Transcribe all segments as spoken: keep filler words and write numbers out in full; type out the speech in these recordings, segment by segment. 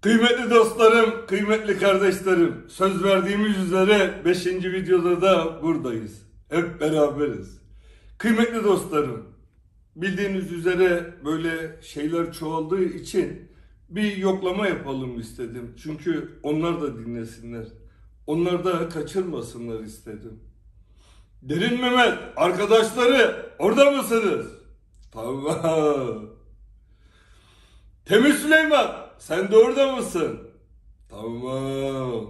Kıymetli dostlarım, kıymetli kardeşlerim, söz verdiğimiz üzere beşinci videoda da buradayız. Hep beraberiz. Kıymetli dostlarım, bildiğiniz üzere böyle şeyler çoğaldığı için bir yoklama yapalım istedim. Çünkü onlar da dinlesinler. Onlar da kaçırmasınlar istedim. Derin Mehmet, arkadaşları orada mısınız? Tamam. Temiz Süleyman, sen de orada mısın? Tamam.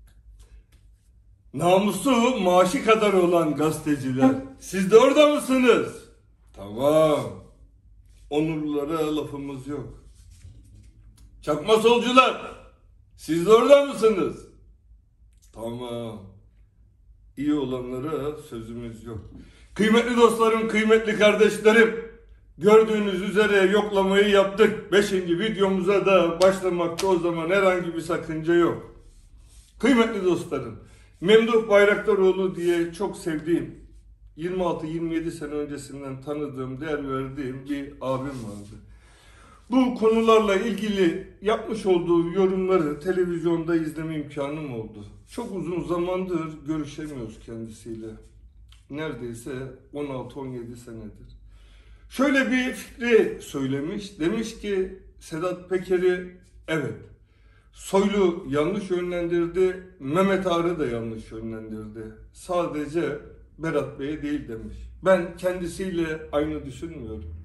Namusu maaşı kadar olan gazeteciler, siz de orada mısınız? Tamam. Onurlulara lafımız yok. Çakma solcular, siz de orada mısınız? Tamam. İyi olanlara sözümüz yok. Kıymetli dostlarım, kıymetli kardeşlerim, gördüğünüz üzere yoklamayı yaptık. Beşinci videomuza da başlamakta o zaman herhangi bir sakınca yok. Kıymetli dostlarım, Memduh Bayraktaroğlu diye çok sevdiğim, yirmi altı yirmi yedi sene öncesinden tanıdığım, değer verdiğim bir abim vardı. Bu konularla ilgili yapmış olduğu yorumları televizyonda izleme imkanım oldu. Çok uzun zamandır görüşemiyoruz kendisiyle. Neredeyse on altı on yedi senedir. Şöyle bir fikri söylemiş. Demiş ki Sedat Peker'i evet, Soylu yanlış yönlendirdi, Mehmet Ağar'ı da yanlış yönlendirdi. Sadece Berat Bey'e değil demiş. Ben kendisiyle aynı düşünmüyorum.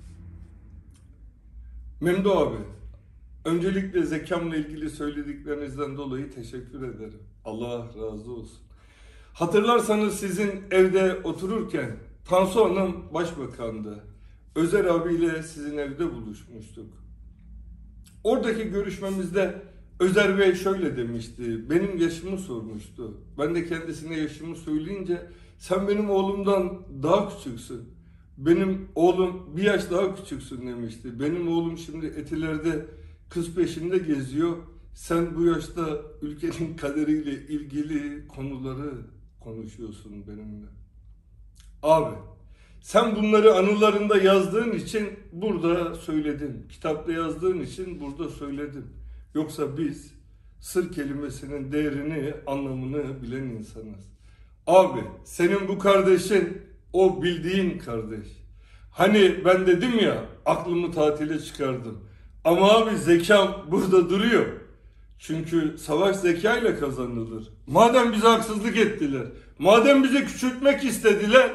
Memduh abi, öncelikle zekamla ilgili söylediklerinizden dolayı teşekkür ederim. Allah razı olsun. Hatırlarsanız sizin evde otururken Tansu Hanım başbakandı. Özer abiyle sizin evde buluşmuştuk. Oradaki görüşmemizde Özer Bey şöyle demişti. Benim yaşımı sormuştu. Ben de kendisine yaşımı söyleyince sen benim oğlumdan daha küçüksün. Benim oğlum bir yaş daha küçüksün demişti. Benim oğlum şimdi Etiler'de kız peşinde geziyor. Sen bu yaşta ülkenin kaderiyle ilgili konuları konuşuyorsun benimle. Abi, sen bunları anılarında yazdığın için burada söyledin. Kitapta yazdığın için burada söyledin. Yoksa biz sır kelimesinin değerini, anlamını bilen insanız. Abi, senin bu kardeşin o bildiğin kardeş. Hani ben dedim ya, aklımı tatile çıkardım. Ama abi zekam burada duruyor. Çünkü savaş zekayla kazanılır. Madem bize haksızlık ettiler, madem bize küçültmek istediler,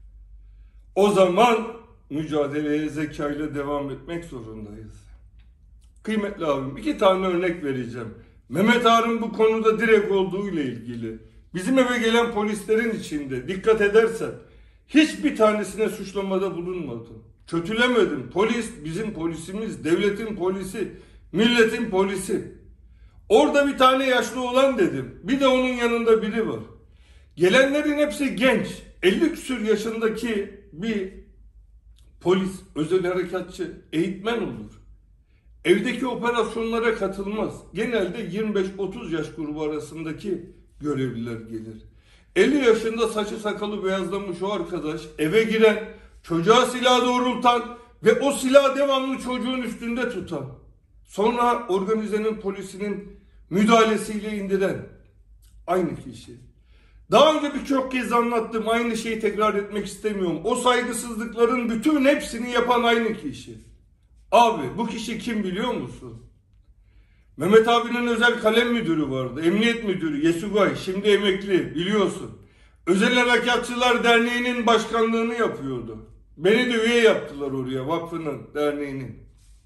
o zaman mücadeleye zekayla devam etmek zorundayız. Kıymetli abim, iki tane örnek vereceğim. Mehmet Ağar'ın bu konuda direkt olduğu ile ilgili. Bizim eve gelen polislerin içinde dikkat edersen hiçbir tanesine suçlamada bulunmadım. Kötülemedim. Polis bizim polisimiz, devletin polisi, milletin polisi. Orada bir tane yaşlı olan dedim. Bir de onun yanında biri var. Gelenlerin hepsi genç. elli küsur yaşındaki bir polis, özel harekatçı, eğitmen olur. Evdeki operasyonlara katılmaz. Genelde yirmi beş otuz yaş grubu arasındaki görevliler gelir. elli yaşında saçı sakalı beyazlamış o arkadaş eve giren, çocuğa silah doğrultan ve o silahı devamlı çocuğun üstünde tutan, sonra organizenin polisinin müdahalesiyle indiren aynı kişi. Daha önce birçok kez anlattım, aynı şeyi tekrar etmek istemiyorum. O saygısızlıkların bütün hepsini yapan aynı kişi. Abi bu kişi kim biliyor musun? Mehmet abinin özel kalem müdürü vardı. Emniyet müdürü Yesugay, şimdi emekli biliyorsun. Özel Harekatçılar Derneği'nin başkanlığını yapıyordu. Beni de üye yaptılar oraya, vakfının, derneğinin.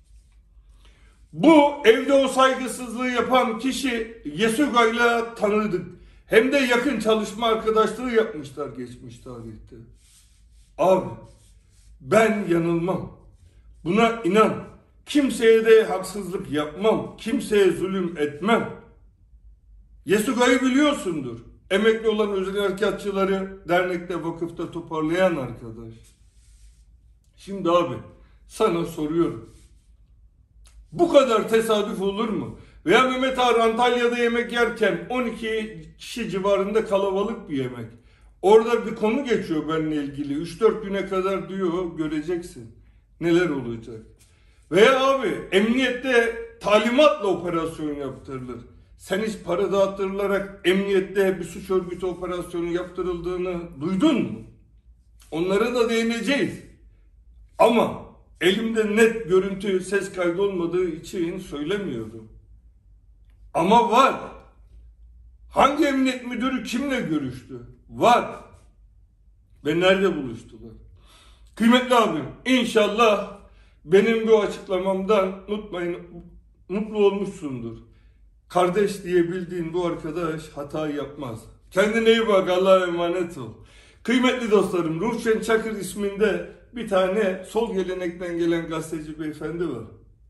Bu evde o saygısızlığı yapan kişi Yesugay'la tanıdık. Hem de yakın çalışma arkadaşlığı yapmışlar geçmiş tarihte. Abi ben yanılmam. Buna inan. Kimseye de haksızlık yapmam. Kimseye zulüm etmem. Yesugay'ı biliyorsundur. Emekli olan özel harekatçıları dernekte, vakıfta toparlayan arkadaş. Şimdi abi sana soruyorum. Bu kadar tesadüf olur mu? Veya Mehmet Ağar Antalya'da yemek yerken on iki kişi civarında kalabalık bir yemek. Orada bir konu geçiyor benimle ilgili. üç dört güne kadar diyor göreceksin neler olacak. Veya abi emniyette talimatla operasyon yaptırılır. Sen hiç para dağıtırılarak emniyette bir suç örgütü operasyonu yaptırıldığını duydun mu? Onlara da değineceğiz. Ama elimde net görüntü, ses kaydı olmadığı için söylemiyorum. Ama var. Hangi emniyet müdürü kimle görüştü? Var. Ve nerede buluştular? Kıymetli abim, inşallah benim bu açıklamamdan unutmayın, mutlu olmuşsundur. Kardeş diyebildiğin bu arkadaş hata yapmaz. Kendine iyi bak, Allah'a emanet ol. Kıymetli dostlarım, Ruşen Çakır isminde bir tane sol gelenekten gelen gazeteci beyefendi var.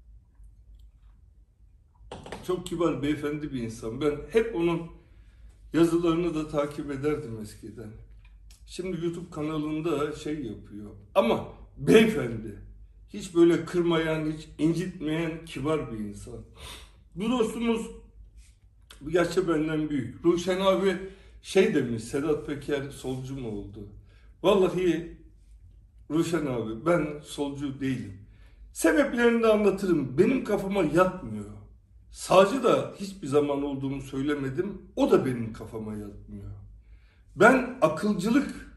Çok kibar beyefendi bir insan. Ben hep onun yazılarını da takip ederdim eskiden. Şimdi YouTube kanalında şey yapıyor. Ama beyefendi, hiç böyle kırmayan, hiç incitmeyen kibar bir insan. Bu dostumuz bu yaşça benden büyük. Ruşen abi şey demiş, Sedat Peker solcu mu oldu? Vallahi Ruşen abi, ben solcu değilim. Sebeplerini de anlatırım. Benim kafama yatmıyor. Sağcı da hiçbir zaman olduğumu söylemedim. O da benim kafama yatmıyor. Ben akılcılık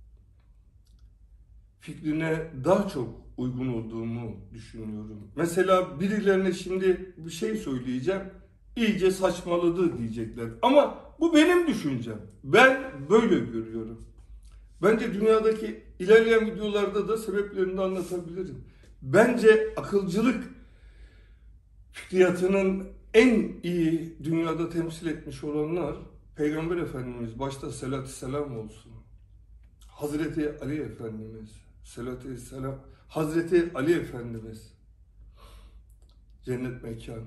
fikrine daha çok uygun olduğumu düşünüyorum. Mesela birilerine şimdi bir şey söyleyeceğim. İyice saçmaladı diyecekler. Ama bu benim düşüncem. Ben böyle görüyorum. Bence dünyadaki ilerleyen videolarda da sebeplerini de anlatabilirim. Bence akılcılık fikriyatının en iyi dünyada temsil etmiş olanlar Peygamber Efendimiz, başta selatü selam olsun. Hazreti Ali Efendimiz, selatü selam, Hazreti Ali Efendimiz, cennet mekan.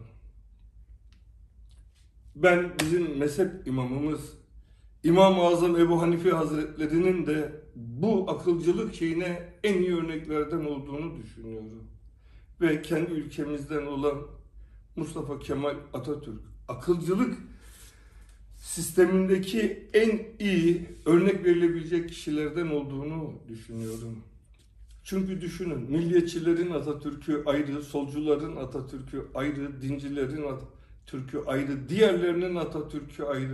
Ben bizim mezhep imamımız İmam-ı Azam Ebu Hanife Hazretleri'nin de bu akılcılık şeyine en iyi örneklerden olduğunu düşünüyorum. Ve kendi ülkemizden olan Mustafa Kemal Atatürk, akılcılık sistemindeki en iyi örnek verilebilecek kişilerden olduğunu düşünüyorum. Çünkü düşünün, milliyetçilerin Atatürk'ü ayrı, solcuların Atatürk'ü ayrı, dincilerin Atatürk'ü ayrı, diğerlerinin Atatürk'ü ayrı.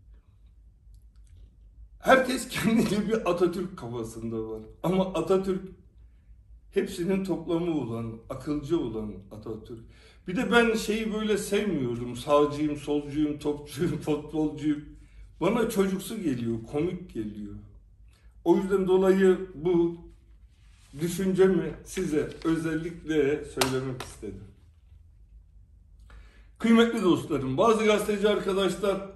Herkes kendine bir Atatürk kafasında var. Ama Atatürk hepsinin toplamı olan, akılcı olan Atatürk. Bir de ben şeyi böyle sevmiyorum. Sağcıyım, solcuyum, topçuyum, futbolcuyum. Bana çocuksu geliyor, komik geliyor. O yüzden dolayı bu düşüncemi size özellikle söylemek istedim. Kıymetli dostlarım, bazı gazeteci arkadaşlar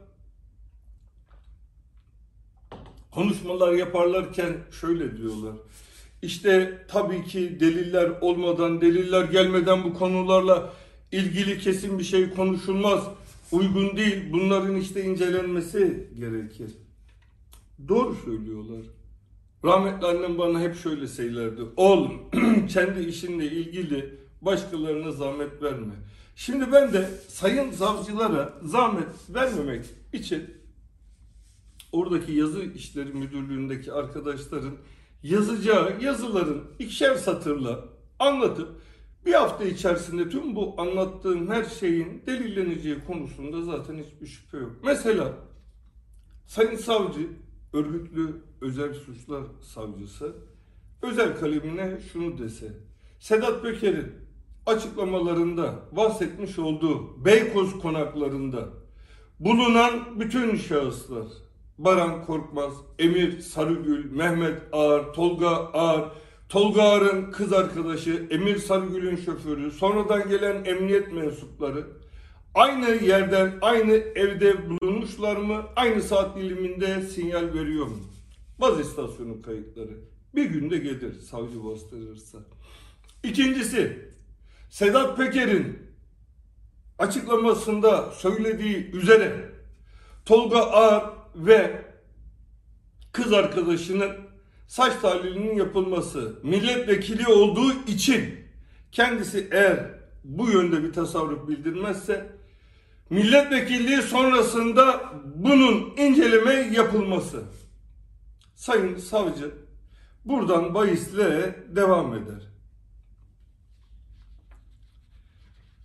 konuşmalar yaparlarken şöyle diyorlar. İşte tabii ki deliller olmadan, deliller gelmeden bu konularla ilgili kesin bir şey konuşulmaz. Uygun değil. Bunların işte incelenmesi gerekir. Doğru söylüyorlar. Rahmetli annem bana hep şöyle söylerdi. Oğlum, kendi işinle ilgili başkalarına zahmet verme. Şimdi ben de sayın savcılara zahmet vermemek için oradaki yazı işleri müdürlüğündeki arkadaşların yazacağı yazıların ikişer satırla anlatıp bir hafta içerisinde tüm bu anlattığım her şeyin delilleneceği konusunda zaten hiçbir şüphe yok. Mesela sayın savcı, örgütlü özel suçlar savcısı özel kalemine şunu dese: Sedat Peker'in açıklamalarında bahsetmiş olduğu Beykoz konaklarında bulunan bütün şahıslar, Baran Korkmaz, Emir Sarıgül, Mehmet Ağar, Tolga Ağar, Tolga Ağar'ın kız arkadaşı, Emir Sarıgül'ün şoförü, sonradan gelen emniyet mensupları aynı yerden, aynı evde bulunmuşlar mı? Aynı saat diliminde sinyal veriyor mu? Baz istasyonu kayıtları. Bir günde gelir savcı bastırırsa. İkincisi, Sedat Peker'in açıklamasında söylediği üzere Tolga Ağar ve kız arkadaşının saç tahlilinin yapılması milletvekili olduğu için kendisi eğer bu yönde bir tasarruf bildirmezse milletvekilliği sonrasında bunun inceleme yapılması. Sayın savcı buradan bahisle devam eder.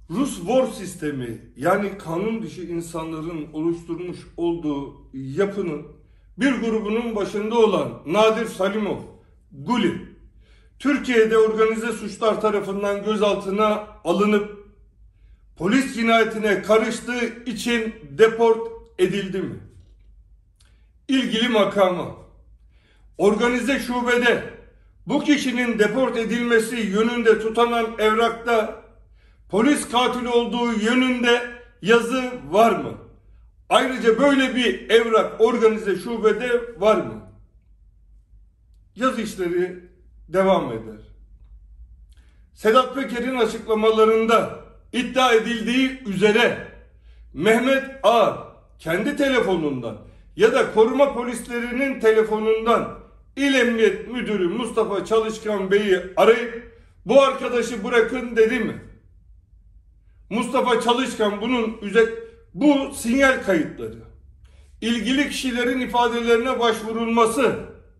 Rus Vor sistemi, yani kanun dışı insanların oluşturmuş olduğu yapının bir grubunun başında olan Nadir Salimov, Guli, Türkiye'de organize suçlar tarafından gözaltına alınıp polis cinayetine karıştığı için deport edildi mi? İlgili makama organize şubede bu kişinin deport edilmesi yönünde tutanan evrakta polis katili olduğu yönünde yazı var mı? Ayrıca böyle bir evrak organize şubede var mı? Yazı işleri devam eder. Sedat Peker'in açıklamalarında iddia edildiği üzere Mehmet Ağar kendi telefonundan ya da koruma polislerinin telefonundan İl Emniyet Müdürü Mustafa Çalışkan Bey'i arayıp bu arkadaşı bırakın dedi mi? Mustafa Çalışkan bunun üzerine bu sinyal kayıtları, ilgili kişilerin ifadelerine başvurulması,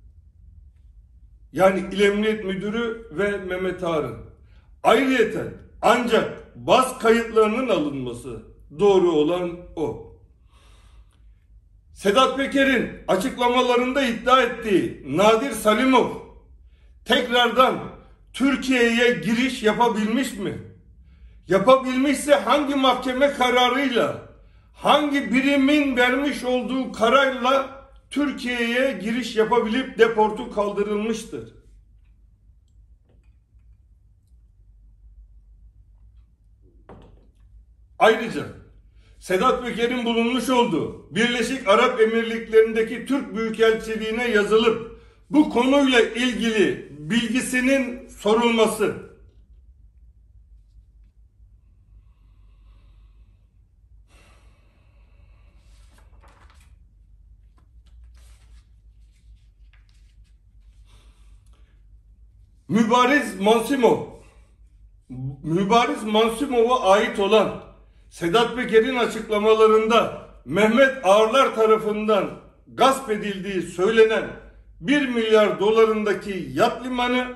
yani İl Emniyet Müdürü ve Mehmet Ağar'ın ayrıyeten ancak baz kayıtlarının alınması doğru olan o. Sedat Peker'in açıklamalarında iddia ettiği Nadir Salimov tekrardan Türkiye'ye giriş yapabilmiş mi? Yapabilmişse hangi mahkeme kararıyla, hangi birimin vermiş olduğu kararla Türkiye'ye giriş yapabilip deportu kaldırılmıştır? Ayrıca Sedat Peker'in bulunmuş olduğu Birleşik Arap Emirlikleri'ndeki Türk Büyükelçiliğine yazılıp bu konuyla ilgili bilgisinin sorulması, Mübariz Mansimov, Mübariz Mansimov'a ait olan Sedat Peker'in açıklamalarında Mehmet Ağarlar tarafından gasp edildiği söylenen bir milyar dolarındaki yat limanı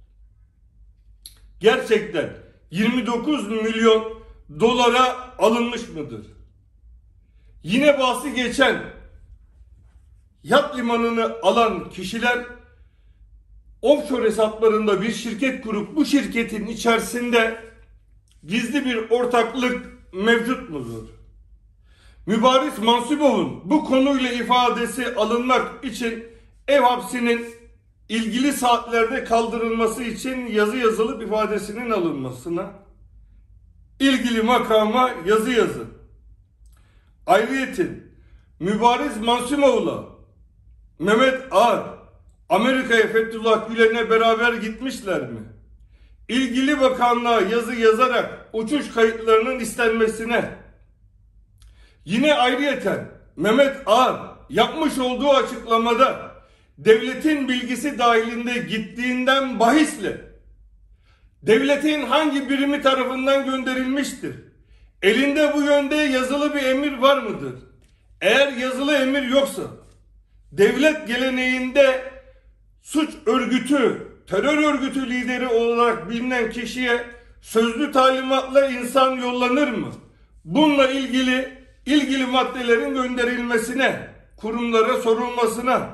gerçekten yirmi dokuz milyon dolara alınmış mıdır? Yine bahsi geçen yat limanını alan kişiler offshore hesaplarında bir şirket kurup bu şirketin içerisinde gizli bir ortaklık mevcut mudur? Mübariz Mansimov'un bu konuyla ifadesi alınmak için ev hapsinin ilgili saatlerde kaldırılması için yazı yazılıp ifadesinin alınmasına, ilgili makama yazı yazın. Ayrıyeten Mübariz Mansimov'la Mehmet Ağar Amerika'ya Fethullah Gülen'e beraber gitmişler mi? İlgili bakanlığa yazı yazarak uçuş kayıtlarının istenmesine, yine ayrıyeten Mehmet Ağar yapmış olduğu açıklamada devletin bilgisi dahilinde gittiğinden bahisle devletin hangi birimi tarafından gönderilmiştir? Elinde bu yönde yazılı bir emir var mıdır? Eğer yazılı emir yoksa devlet geleneğinde suç örgütü, terör örgütü lideri olarak bilinen kişiye sözlü talimatla insan yollanır mı? Bununla ilgili ilgili maddelerin gönderilmesine, kurumlara sorulmasına,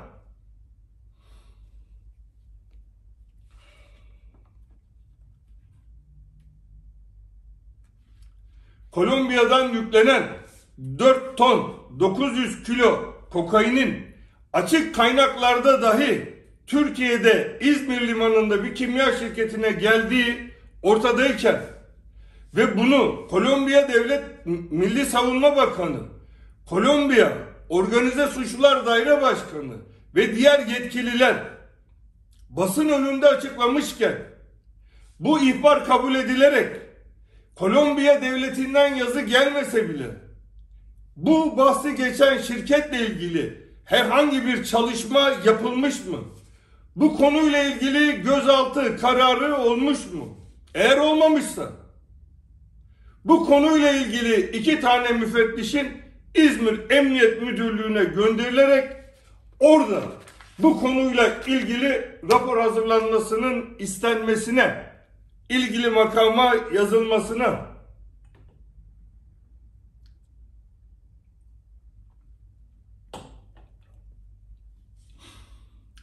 Kolombiya'dan yüklenen dört ton dokuz yüz kilo kokainin açık kaynaklarda dahi Türkiye'de İzmir limanında bir kimya şirketine geldiği ortadayken ve bunu Kolombiya Devlet Milli Savunma Bakanı, Kolombiya Organize Suçlar Daire Başkanı ve diğer yetkililer basın önünde açıklamışken bu ihbar kabul edilerek Kolombiya devletinden yazı gelmese bile bu bahsi geçen şirketle ilgili herhangi bir çalışma yapılmış mı? Bu konuyla ilgili gözaltı kararı olmuş mu? Eğer olmamışsa bu konuyla ilgili iki tane müfettişin İzmir Emniyet Müdürlüğü'ne gönderilerek orada bu konuyla ilgili rapor hazırlanmasının istenmesine, ilgili makama yazılmasına,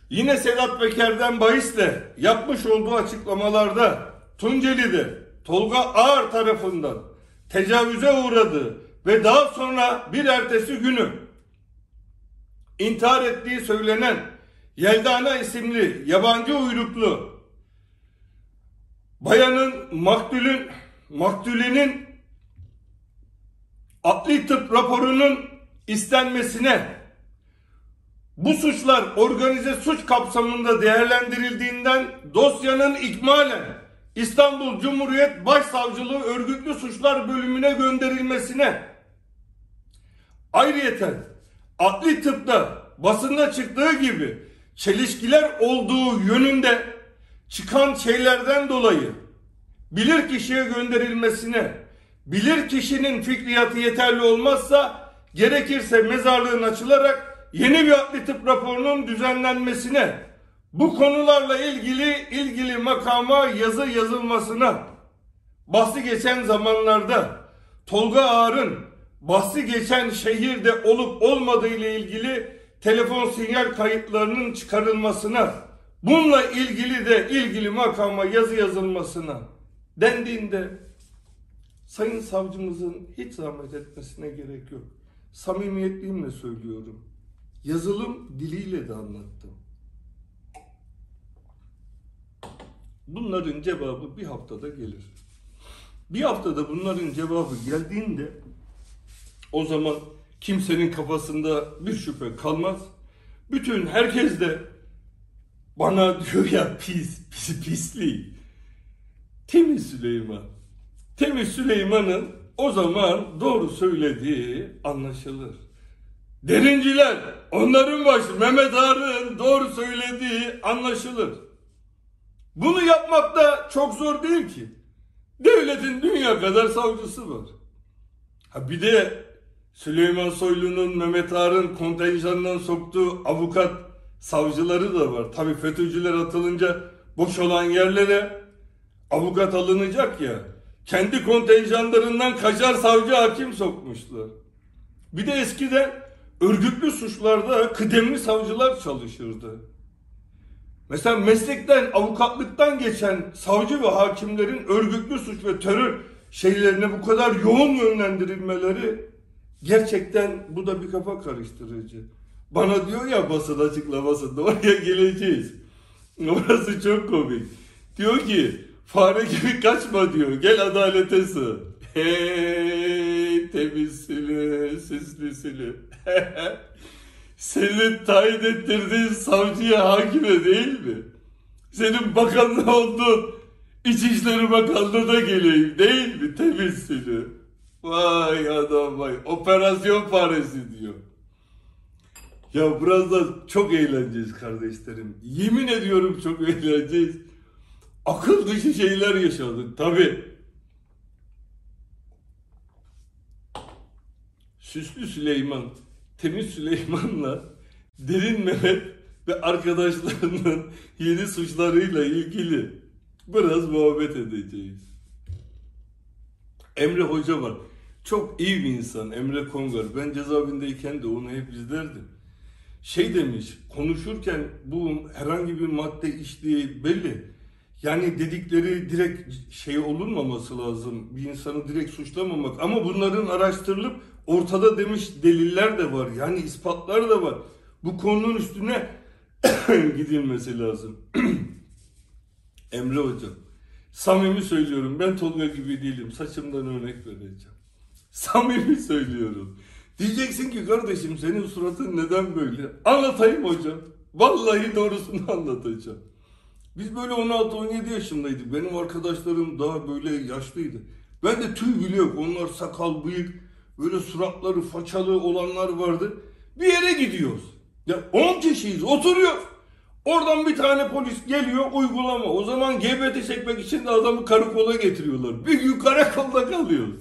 Yine Sedat Peker'den bahisle yapmış olduğu açıklamalarda Tunceli'de Tolga Ağar tarafından tecavüze uğradığı ve daha sonra bir ertesi günü intihar ettiği söylenen Yeldana isimli yabancı uyruklu bayanın maktulün maktulinin adli tıp raporunun istenmesine, bu suçlar organize suç kapsamında değerlendirildiğinden dosyanın ikmalen İstanbul Cumhuriyet Başsavcılığı Örgütlü Suçlar Bölümüne gönderilmesine, ayrıyeten adli tıpta basında çıktığı gibi çelişkiler olduğu yönünde çıkan şeylerden dolayı bilirkişiye gönderilmesine, bilirkişinin fikriyatı yeterli olmazsa gerekirse mezarlığın açılarak yeni bir adli tıp raporunun düzenlenmesine, bu konularla ilgili ilgili makama yazı yazılmasına, bahsi geçen zamanlarda Tolga Ağar'ın bahsi geçen şehirde olup olmadığı ile ilgili telefon sinyal kayıtlarının çıkarılmasına, bununla ilgili de ilgili makama yazı yazılmasına dendiğinde Sayın Savcımızın hiç zahmet etmesine gerek yok. Samimiyetliyimle söylüyorum. Yazılım diliyle de anlattım. Bunların cevabı bir haftada gelir. Bir haftada bunların cevabı geldiğinde o zaman kimsenin kafasında bir şüphe kalmaz. Bütün herkes de bana diyor ya pis, pis pisliği. Temiz Süleyman. Temiz Süleyman'ın o zaman doğru söylediği anlaşılır. Derinciler, onların başı Mehmet Ağar'ın doğru söylediği anlaşılır. Bunu yapmak da çok zor değil ki. Devletin dünya kadar savcısı var. Ha bir de Süleyman Soylu'nun Mehmet Ağar'ın kontenjanından soktuğu avukat savcıları da var. Tabii FETÖ'cüler atılınca boş olan yerlere avukat alınacak ya. Kendi kontenjanlarından kaçar savcı hakim sokmuşlar. Bir de eskiden örgütlü suçlarda kıdemli savcılar çalışırdı. Mesela meslekten, avukatlıktan geçen savcı ve hakimlerin örgütlü suç ve terör şeylerine bu kadar yoğun yönlendirilmeleri gerçekten bu da bir kafa karıştırıcı. Bana diyor ya basın açıklamasında oraya geleceğiz. Orası çok komik. Diyor ki fare gibi kaçma diyor. Gel adalete sığ. Hey temiz sülü, süslü sülü. Senin tayin ettirdiğin savcıya hakime değil mi? Senin bakanlığı olduğun İçişleri Bakanlığı'na geleyim değil mi? Temiz sülü. Vay adam vay. Operasyon faresi diyor. Ya biraz da çok eğleneceğiz kardeşlerim. Yemin ediyorum çok eğleneceğiz. Akıl dışı şeyler yaşadık tabii. Süslü Süleyman, Temiz Süleyman'la Derin Mehmet ve arkadaşlarının yeni suçlarıyla ilgili biraz muhabbet edeceğiz. Emre Hoca var. Çok iyi bir insan Emre Kongar. Ben cezaevindeyken de onu hep izlerdim. Şey demiş, konuşurken bu herhangi bir madde içtiği belli. Yani dedikleri direkt şey olunmaması lazım. Bir insanı direkt suçlamamak. Ama bunların araştırılıp ortada demiş deliller de var. Yani ispatlar da var. Bu konunun üstüne gidilmesi lazım. Emre Hocam, samimi söylüyorum. Ben Tolga gibi değilim. Saçımdan örnek vereceğim. Samimi söylüyorum. Diyeceksin ki kardeşim senin suratın neden böyle? Anlatayım hocam. Vallahi doğrusunu anlatacağım. Biz böyle on altı on yedi yaşındaydık. Benim arkadaşlarım daha böyle yaşlıydı. Ben de tüy bile yok. Onlar sakal, bıyık, böyle suratları façalı olanlar vardı. Bir yere gidiyoruz. Ya on kişiyiz, oturuyor. Oradan bir tane polis geliyor, uygulama. O zaman G B T çekmek için de adamı karakola getiriyorlar. Bir gün karakolda kalıyoruz.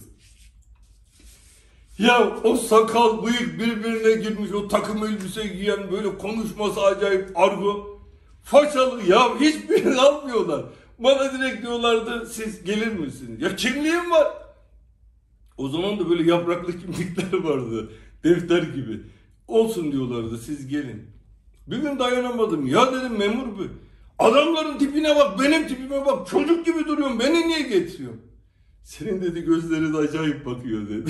Ya o sakal, bıyık birbirine girmiş, o takım elbise giyen, böyle konuşması acayip argo. Façalı ya, hiçbirini almıyorlar. Bana direkt diyorlardı, siz gelir misiniz? Ya kimliğim var. O zaman da böyle yapraklı kimlikler vardı. Defter gibi. Olsun diyorlardı, siz gelin. Bir gün dayanamadım. Ya dedim memur bey, adamların tipine bak, benim tipime bak. Çocuk gibi duruyorum. Beni niye getiriyorsun? Senin dedi gözlerin acayip bakıyor dedi.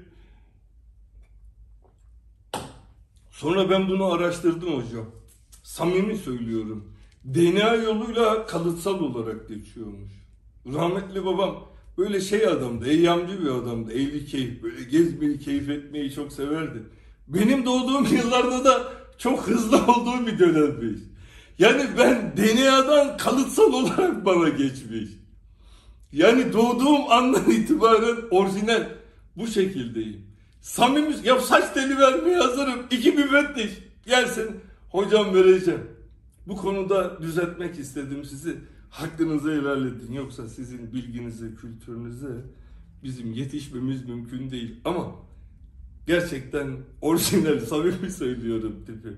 Sonra ben bunu araştırdım hocam. Samimi söylüyorum. D N A yoluyla kalıtsal olarak geçiyormuş. Rahmetli babam böyle şey adamdı, eyyamcı bir adamdı. Evli keyif, böyle gezmeyi, keyif etmeyi çok severdi. Benim doğduğum yıllarda da çok hızlı olduğu bir dönemmiş. Yani ben D N A'dan kalıtsal olarak bana geçmiş. Yani doğduğum andan itibaren orijinal bu şekildeyim. Samimi, ya saç teli vermeye hazırım. İki müfettiş gelsin hocam vereceğim. Bu konuda düzeltmek istedim sizi. Hakkınızı helal edin. Yoksa sizin bilginize, kültürünüze bizim yetişmemiz mümkün değil. Ama gerçekten orijinal, samimi söylüyorum tipi.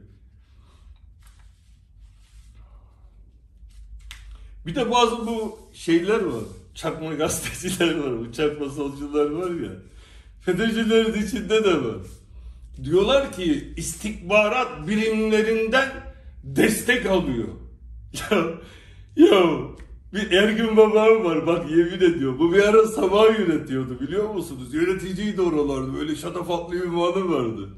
Bir de bazı bu şeyler var. Çakma gazeteciler var. Bu çakma solcular var ya. FETÖ'cülerin içinde de var. Diyorlar ki istihbarat birimlerinden destek alıyor. Ya, ya bir Ergün babam var bak yemin ediyor. Bu bir ara sabah yönetiyordu biliyor musunuz? Yöneticiydi oralarda. Böyle şatafatlı bir ünvanı vardı.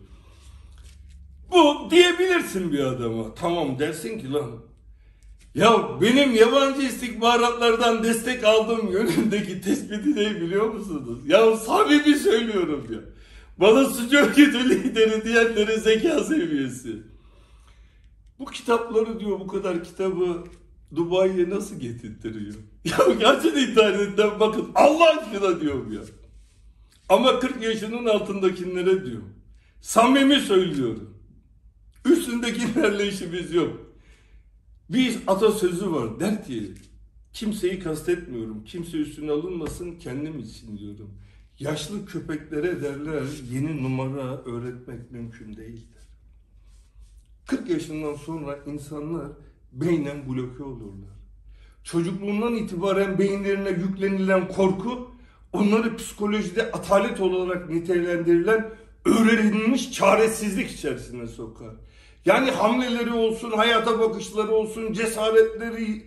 Bu diyebilirsin bir adama. Tamam dersin ki lan. Ya benim yabancı istihbaratlardan destek aldığım yönündeki tespiti ne biliyor musunuz? Ya samimi söylüyorum ya. Bana suç örgütü lideri diyenlerin zeka seviyesi. Bu kitapları diyor bu kadar kitabı Dubai'ye nasıl getirtiyor? Ya gerçekten internetten bakın Allah aşkına diyorum ya. Ama kırk yaşının altındakilere diyorum. Samimi söylüyorum. Üstündekilerle işimiz yok. Bir atasözü var der ki kimseyi kastetmiyorum. Kimse üstüne alınmasın kendim için diyorum. Yaşlı köpeklere derler yeni numara öğretmek mümkün değildir. kırk yaşından sonra insanlar beynen bloke olurlar. Çocukluğundan itibaren beyinlerine yüklenilen korku onları psikolojide atalet olarak nitelendirilen öğrenilmiş çaresizlik içerisine sokar. Yani hamleleri olsun, hayata bakışları olsun, cesaretleri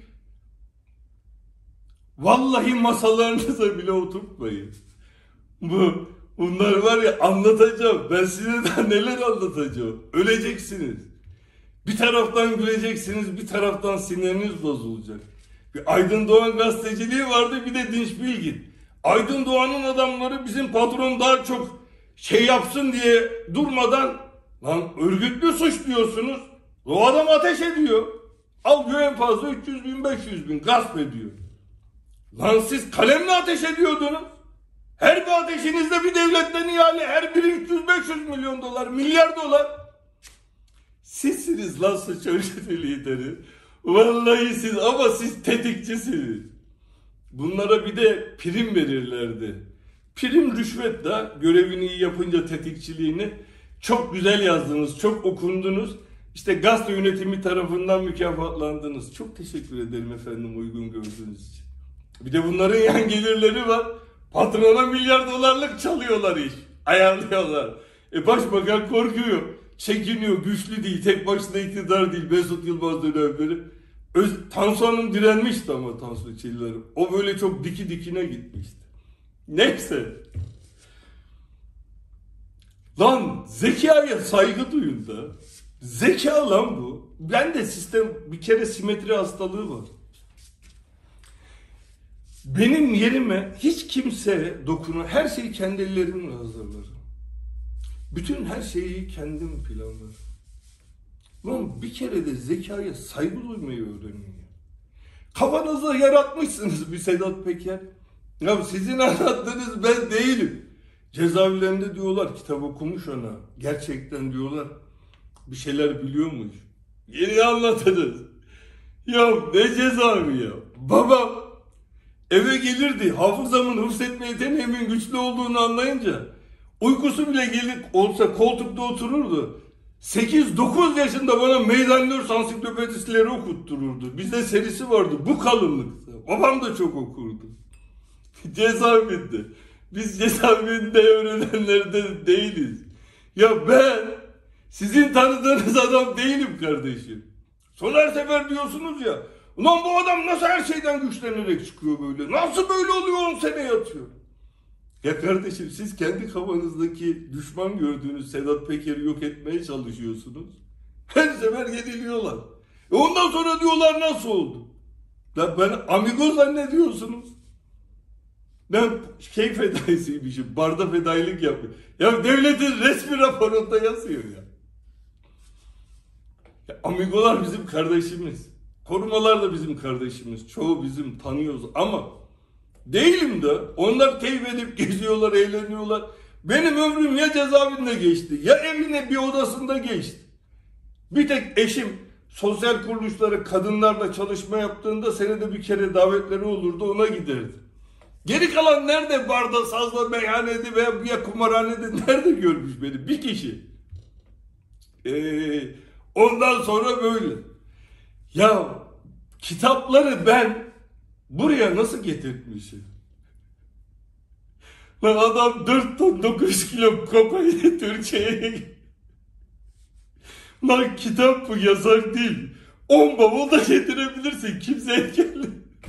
vallahi masalarınıza bile oturtmayın. Bu bunlar var ya anlatacağım. Ben size daha neler anlatacağım. Öleceksiniz. Bir taraftan güleceksiniz, bir taraftan siniriniz bozulacak. Bir Aydın Doğan gazeteciliği vardı, bir de Dinç Bilgin. Aydın Doğan'ın adamları bizim patron daha çok şey yapsın diye durmadan lan örgütlü suç diyorsunuz. O adam ateş ediyor. Al diyor en fazla üç yüz bin beş yüz bin gasp ediyor. Lan siz kalemle ateş ediyordunuz. Her bir ateşinizde bir devletten ihale. Her biri üç yüz beş yüz milyon dolar, milyar dolar. Sizsiniz lan suç örgütü lideri. Vallahi siz ama siz tetikçisiniz. Bunlara bir de prim verirlerdi. Prim rüşvet de görevini iyi yapınca tetikçiliğini çok güzel yazdınız, çok okundunuz. İşte gazete yönetimi tarafından mükafatlandınız. Çok teşekkür ederim efendim uygun gördüğünüz için. Bir de bunların yan gelirleri var. Patrona milyar dolarlık çalıyorlar iş. Ayarlıyorlar. E başbakan korkuyor. Çekiniyor, güçlü değil, tek başına iktidar değil, Mesut Yılmaz dönemleri. Öz, Tansu Hanım direnmişti ama Tansu Çiller. O böyle çok diki dikine gitmişti. Neyse. Lan zekaya saygı duyun da. Zeka lan bu. Ben de sistem bir kere simetri hastalığı var. Benim yerime hiç kimse dokunu, her şeyi kendi ellerimle hazırlarım. Bütün her şeyi kendim planlarım. Lan bir kere de zekaya saygı duymayı öğrenin. Kafanızda yaratmışsınız bir Sedat Peker. Ya sizin anlattığınız ben değilim. Cezaevlerinde diyorlar kitap okumuş ona. Gerçekten diyorlar bir şeyler biliyormuş. Yeni anlatınız. Ya ne cezaevi ya. Babam eve gelirdi. Hafızamın hıfzetme yeteneğimin güçlü olduğunu anlayınca uykusu bile gelip olsa koltukta otururdu. sekiz dokuz yaşında bana Meydan Nörs ansiklopedisileri okuttururdu. Bizde serisi vardı bu kalınlıkta. Babam da çok okurdu. Cezaevinde. Biz cezaevinde öğrenenlerden değiliz. Ya ben Sizin tanıdığınız adam değilim kardeşim. Son her sefer diyorsunuz ya, ulan bu adam nasıl her şeyden güçlenerek çıkıyor böyle? Nasıl böyle oluyor, on sene yatıyor? Ya kardeşim, siz kendi kafanızdaki düşman gördüğünüz Sedat Peker'i yok etmeye çalışıyorsunuz. Her sefer yeniliyorlar. E ondan sonra diyorlar nasıl oldu? Ya ben amigo zannediyorsunuz. Ben şey fedaisiymişim, barda fedailik yapıyor. Ya devletin resmi raporunda yazıyor ya. Ya amigolar bizim kardeşimiz. Korumalar da bizim kardeşimiz. Çoğu bizim, tanıyoruz ama değilim de onlar keyif edip geziyorlar, eğleniyorlar. Benim ömrüm ya cezaevinde geçti ya evine bir odasında geçti. Bir tek eşim sosyal kuruluşları kadınlarla çalışma yaptığında senede bir kere davetleri olurdu, ona giderdi. Geri kalan nerede barda, sazla, meyhanede veya bir kumarhanede nerede görmüş beni? Bir kişi. Ee, ondan sonra böyle. Ya kitapları ben buraya nasıl getirtmişim? Lan adam dört ton dokuz kilo kokaini Türkiye'ye. Lan kitap bu, yasak değil. on bavul da getirebilirsin. Kimse engellemiyor.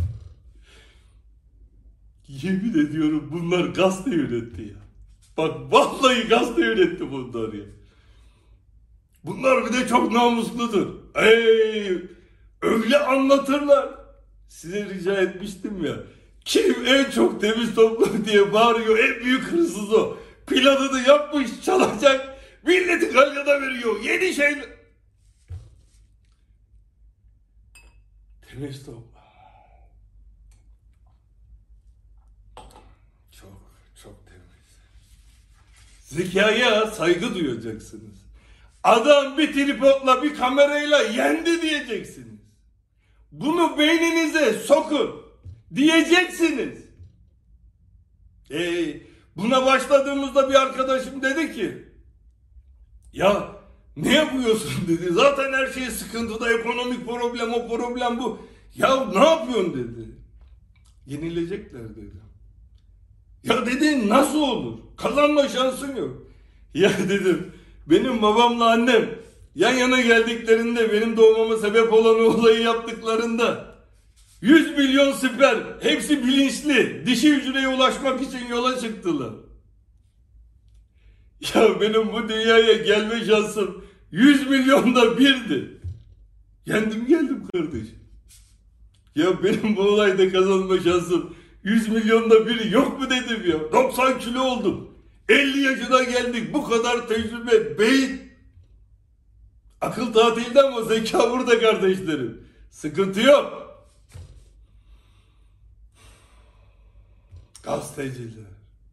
Yemin ediyorum bunlar gazete üretti ya. Bak vallahi gazete üretti bunlar ya. Bunlar bir de çok namusludur. Ey, öyle anlatırlar. Size rica etmiştim ya. Kim en çok temiz toplum diye bağırıyor. En büyük hırsız o. Planını yapmış, çalacak. Milleti kalyada veriyor. Yeni şeyler. Temiz toplum. Çok, çok temiz. Zekaya saygı duyacaksınız. Adam bir tripodla, bir kamerayla yendi diyeceksiniz. Bunu beyninize sokun diyeceksiniz. Ee, buna başladığımızda bir arkadaşım dedi ki, ya ne yapıyorsun dedi. Zaten her şey sıkıntıda, ekonomik problem, o problem bu. Ya ne yapıyorsun dedi. Yenilecekler dedi. Ya dedi nasıl olur? Kazanma şansın yok. Ya dedim, benim babamla annem yan yana geldiklerinde, benim doğmama sebep olan o olayı yaptıklarında yüz milyon sperm, hepsi bilinçli, dişi hücreye ulaşmak için yola çıktılar. Ya benim bu dünyaya gelme şansım yüz milyonda birdi. Yendim geldim kardeşim. Ya benim bu olayda kazanma şansım yüz milyonda biri yok mu dedim ya. doksan kilo oldum. elli yaşına geldik, bu kadar tecrübe, beyin. Akıl tatilde ama zeka burada kardeşlerim. Sıkıntı yok. Gazeteciler.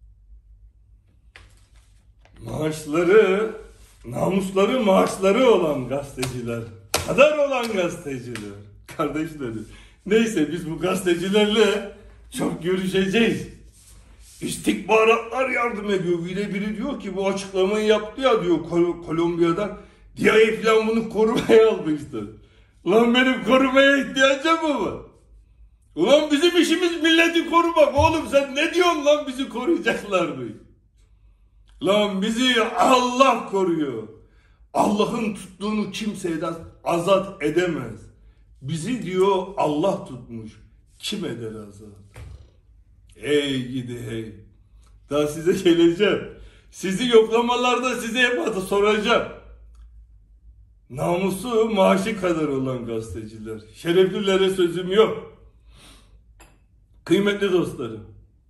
Maaşları, namusları, maaşları olan gazeteciler. Kadar olan gazeteciler. Kardeşlerim. Neyse, biz bu gazetecilerle çok görüşeceğiz. İstihbaratlar yardım ediyor. Biri biri diyor ki bu açıklamayı yaptı ya diyor Kol Kolombiya'dan. D I A falan bunu korumaya almıştı. Ulan benim korumaya ihtiyacım mı var? Ulan bizim işimiz milleti korumak. Oğlum sen ne diyorsun lan, bizi koruyacaklar mı? Lan bizi Allah koruyor. Allah'ın tuttuğunu kimseden azat edemez. Bizi diyor Allah tutmuş. Kim eder azat? Ey gidi hey. Daha size geleceğim. Sizi yoklamalarda size hep soracağım. Namusu maaşı kadar olan gazeteciler. Şereflilere sözüm yok. Kıymetli dostlarım.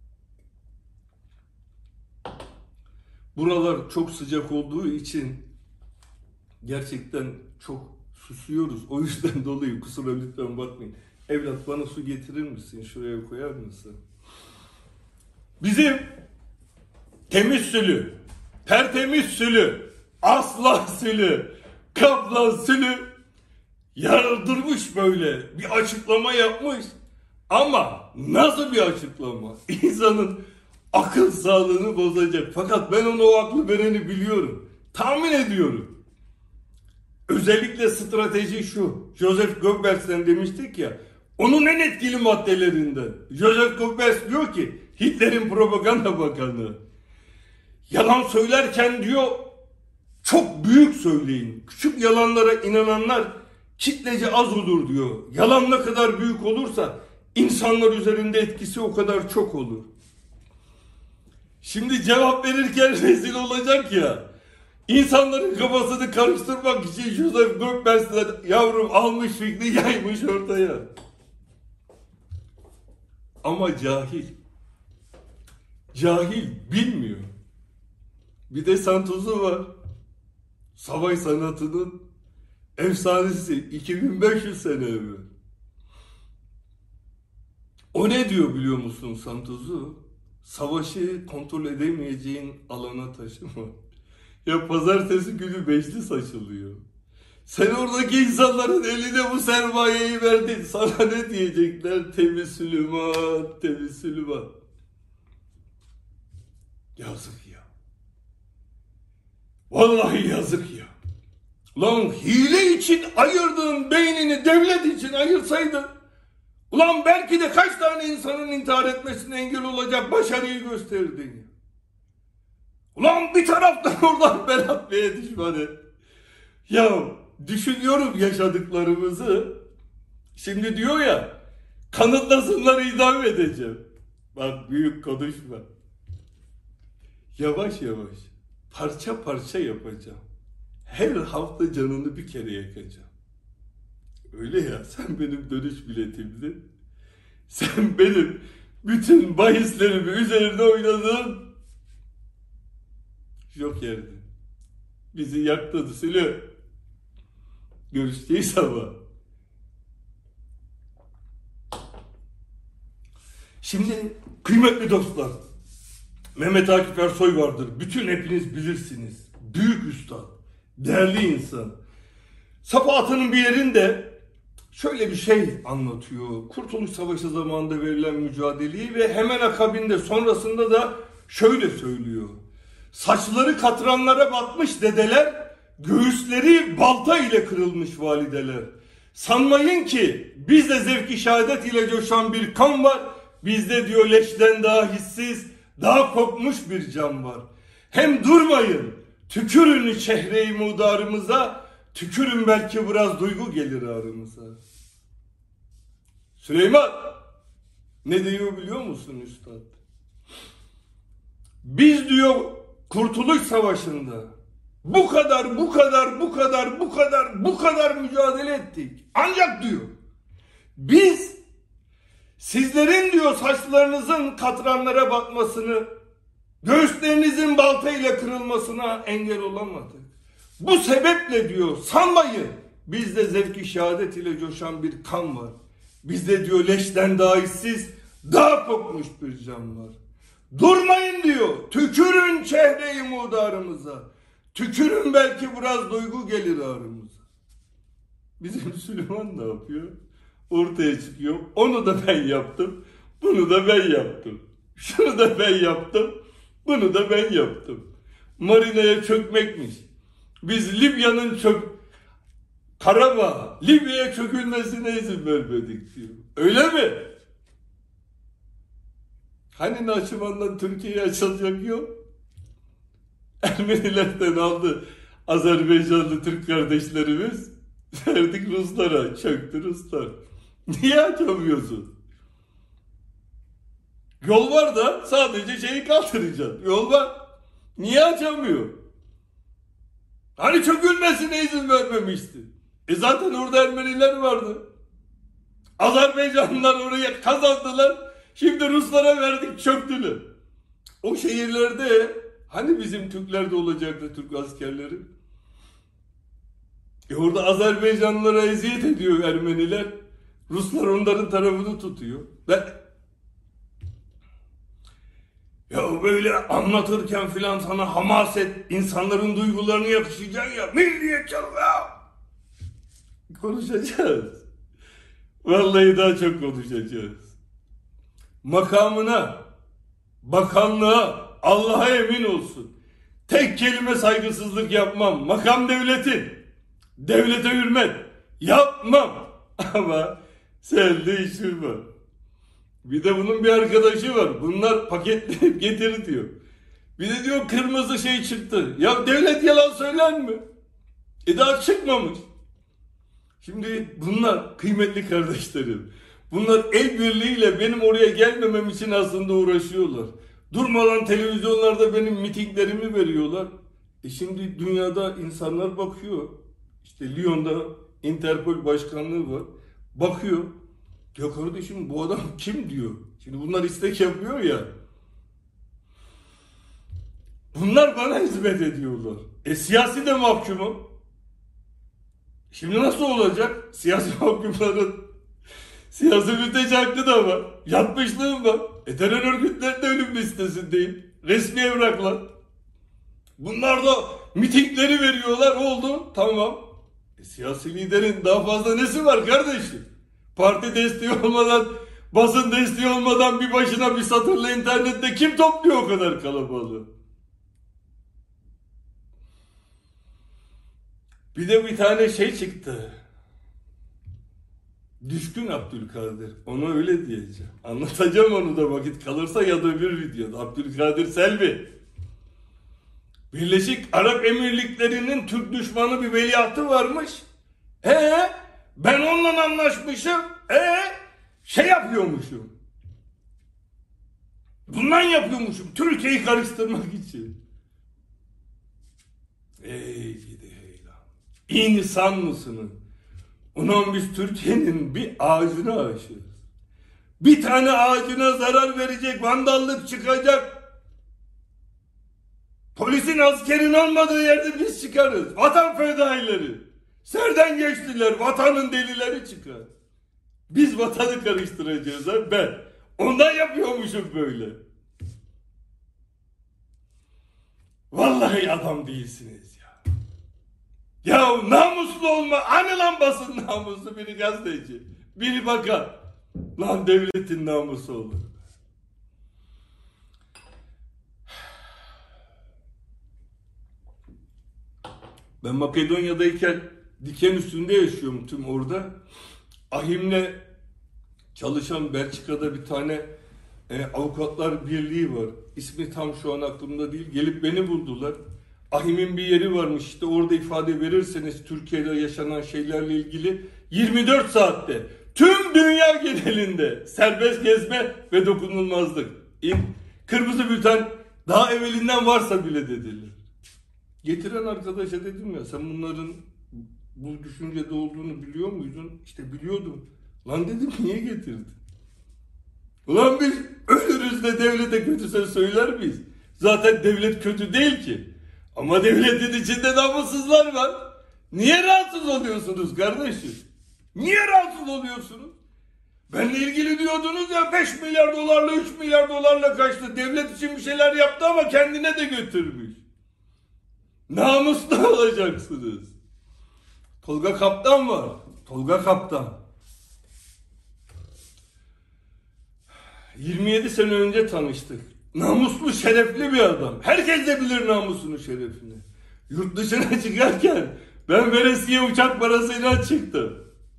Buralar çok sıcak olduğu için gerçekten çok susuyoruz. O yüzden dolayı kusura lütfen bakmayın. Evlat bana su getirir misin? Şuraya koyar mısın? Bizim temiz sülü, tertemiz sülü, aslan sülü, kaplan sülü yardırmış böyle. Bir açıklama yapmış. Ama nasıl bir açıklama? İnsanın akıl sağlığını bozacak. Fakat ben ona o aklı vereni biliyorum. Tahmin ediyorum. Özellikle strateji şu. Joseph Goebbels'ten demiştik ya. Onun en etkili maddelerinden. Joseph Goebbels diyor ki, Hitler'in propaganda bakanı, yalan söylerken diyor Çok büyük söyleyin. Küçük yalanlara inananlar kitlece az olur diyor. Yalan ne kadar büyük olursa insanlar üzerinde etkisi o kadar çok olur. Şimdi cevap verirken rezil olacak ya. İnsanların kafasını karıştırmak için Joseph Goebbels yavrum almış fikri yaymış ortaya. Ama cahil. Cahil bilmiyor. Bir de Santuz'u var. Savaş sanatının efsanesi iki bin beş yüz sene evvel. O ne diyor biliyor musun Santuz'u? Savaşı kontrol edemeyeceğin alana taşıma. Ya pazartesi günü meclis açılıyor. Sen oradaki insanların eline bu sermayeyi verdin. Sana ne diyecekler? Temiz Süleyman, temiz Süleyman. Yazık ya. Vallahi yazık ya. Ulan hile için ayırdığın beynini devlet için ayırsaydın, ulan belki de kaç tane insanın intihar etmesine engel olacak başarıyı gösterdin ya. Ulan bir taraftan oradan Berat Bey'e düşman et. Ya düşünüyorum yaşadıklarımızı. Şimdi diyor ya, kanıtlasınlar idam edeceğim. Bak büyük konuşma. Yavaş yavaş, parça parça yapacağım. Her hafta canını bir kere yakacağım. Öyle ya, sen benim dönüş biletimdin. Sen benim bütün bahislerimi üzerine oynadın. Yok yerde. Bizi yaktın Sülü. Görüşeceğiz ama. Şimdi kıymetli dostlar, Mehmet Akif Ersoy vardır. Bütün hepiniz bilirsiniz. Büyük üstad, değerli insan. Safahatının bir yerinde şöyle bir şey anlatıyor. Kurtuluş Savaşı zamanında verilen mücadeleyi ve hemen akabinde sonrasında da şöyle söylüyor. Saçları katranlara batmış dedeler, göğüsleri balta ile kırılmış valideler. Sanmayın ki bizde zevk-i şehadet ile coşan bir kan var. Bizde diyor leşten daha hissiz, daha kopmuş bir can var. Hem durmayın, tükürün çehre-i mudarımıza, tükürün belki biraz duygu gelir ağrımıza. Süleyman ne diyor biliyor musun üstad? Biz diyor Kurtuluş Savaşı'nda bu kadar, bu kadar, bu kadar, bu kadar, bu kadar mücadele ettik. Ancak diyor biz sizlerin diyor saçlarınızın katranlara batmasını, göğüslerinizin baltayla kırılmasına engel olamadık. Bu sebeple diyor sanmayın bizde zevk-i şehadet ile coşan bir kan var. Bizde diyor leşten daha hissiz, daha kokmuş bir can var. Durmayın diyor, tükürün çehre-i mudarımıza. Tükürün belki biraz duygu gelir ağrımıza. Bizim Süleyman ne yapıyor? Ortaya çıkıyor. Onu da ben yaptım. Bunu da ben yaptım. Şunu da ben yaptım. Bunu da ben yaptım. Marina'ya çökmekmiş. Biz Libya'nın çök... Karabağ, Libya'ya çökülmesine izin vermedik diyor. Öyle mi? Hani Naçiman'dan Türkiye'ye açılacak yok? Ermenilerden aldı Azerbaycanlı Türk kardeşlerimiz. Verdik Ruslara. Çöktü Ruslar. Niye açamıyorsun? Yol var da sadece şeyi kaldıracaksın. Yol var. Niye açamıyor? Hani çökülmesine izin vermemişti. E zaten orada Ermeniler vardı. Azerbaycanlılar oraya kazandılar. Şimdi Ruslara verdik, çöktüler. O şehirlerde hani bizim Türkler de olacaktı, Türk askerleri. E orada Azerbaycanlılara eziyet ediyor Ermeniler. Ruslar onların tarafını tutuyor. Ben... Ya böyle anlatırken filan sana hamaset, insanların duygularını yakışacak ya. Milliyetçi ya. Konuşacağız. Vallahi daha çok konuşacağız. Makamına, bakanlığa, Allah'a emin olsun. Tek kelime saygısızlık yapmam. Makam devletin. Devlete hürmet yapmam. Ama sen değiştirme. Bir de bunun bir arkadaşı var. Bunlar paketleyip getir diyor. Bir de diyor kırmızı şey çıktı. Ya devlet yalan söyler mi? E daha çıkmamış. Şimdi bunlar kıymetli kardeşlerim. Bunlar el birliğiyle benim oraya gelmemem için aslında uğraşıyorlar. Durmadan televizyonlarda benim mitinglerimi veriyorlar. E şimdi dünyada insanlar bakıyor. İşte Lyon'da Interpol başkanlığı var. Bakıyor. Diyor kardeşim bu adam kim diyor. Şimdi bunlar istek yapıyor ya. Bunlar bana hizmet ediyorlar. E siyasi de mahkumum. Şimdi nasıl olacak? Siyasi mahkumların siyasi mülteci hakkı da var. Yatmışlığım var. E terör örgütlerinin de ölüm listesindeyim. Resmi evraklar. Bunlar da mitingleri veriyorlar. Oldu. Tamam. E siyasi liderin daha fazla nesi var kardeşim? Parti desteği olmadan, basın desteği olmadan bir başına bir satırla internette kim topluyor o kadar kalabalığı? Bir de bir tane şey çıktı. Düşkün Abdülkadir. Ona öyle diyeceğim. Anlatacağım onu da vakit kalırsa ya da bir videoda. Abdülkadir Selvi. Birleşik Arap Emirlikleri'nin Türk düşmanı bir veliahtı varmış. He, ben onunla anlaşmışım. E şey yapıyormuşum. Bundan yapıyormuşum. Türkiye'yi karıştırmak için. Ey gidi heylan. İnsan mısınız? Ulan biz Türkiye'nin bir ağacına aşığız. Bir tane ağacına zarar verecek, vandallık çıkacak. Polisin askerin olmadığı yerde biz çıkarız. Vatan fedaileri. Serden geçtiler, vatanın delileri çıkar. Biz vatanı karıştıracağız ha ben. Ondan yapıyormuşum böyle. Vallahi adam değilsiniz ya. Ya namuslu olma. Hani lan basın namusu, biri gazeteci, biri bakan. Lan devletin namusu olur. Ben Makedonya'dayken diken üstünde yaşıyorum tüm orada. Ahim'le çalışan Belçika'da bir tane e, avukatlar birliği var. İsmi tam şu an aklımda değil. Gelip beni buldular. Ahim'in bir yeri varmış. İşte orada ifade verirseniz Türkiye'de yaşanan şeylerle ilgili yirmi dört saatte tüm dünya genelinde serbest gezme ve dokunulmazlık. İn, kırmızı bülten daha evvelinden varsa bile dediler. Getiren arkadaşa dedim ya, sen bunların bu düşüncede olduğunu biliyor muydun? İşte biliyordum. Lan dedim, niye getirdin? Ulan biz ölürüz de devlete kötü söz söyler miyiz? Zaten devlet kötü değil ki. Ama devletin içinde namussuzlar var. Niye rahatsız oluyorsunuz kardeşim? Niye rahatsız oluyorsunuz? Benle ilgili diyordunuz ya, beş milyar dolarla üç milyar dolarla kaçtı. Devlet için bir şeyler yaptı ama kendine de götürmüş. Namuslu olacaksınız. Tolga Kaptan var. Tolga Kaptan. yirmi yedi sene önce tanıştık. Namuslu, şerefli bir adam. Herkes de bilir namusunu, şerefini. Yurt dışına çıkarken ben veresiye uçak parasıyla çıktım.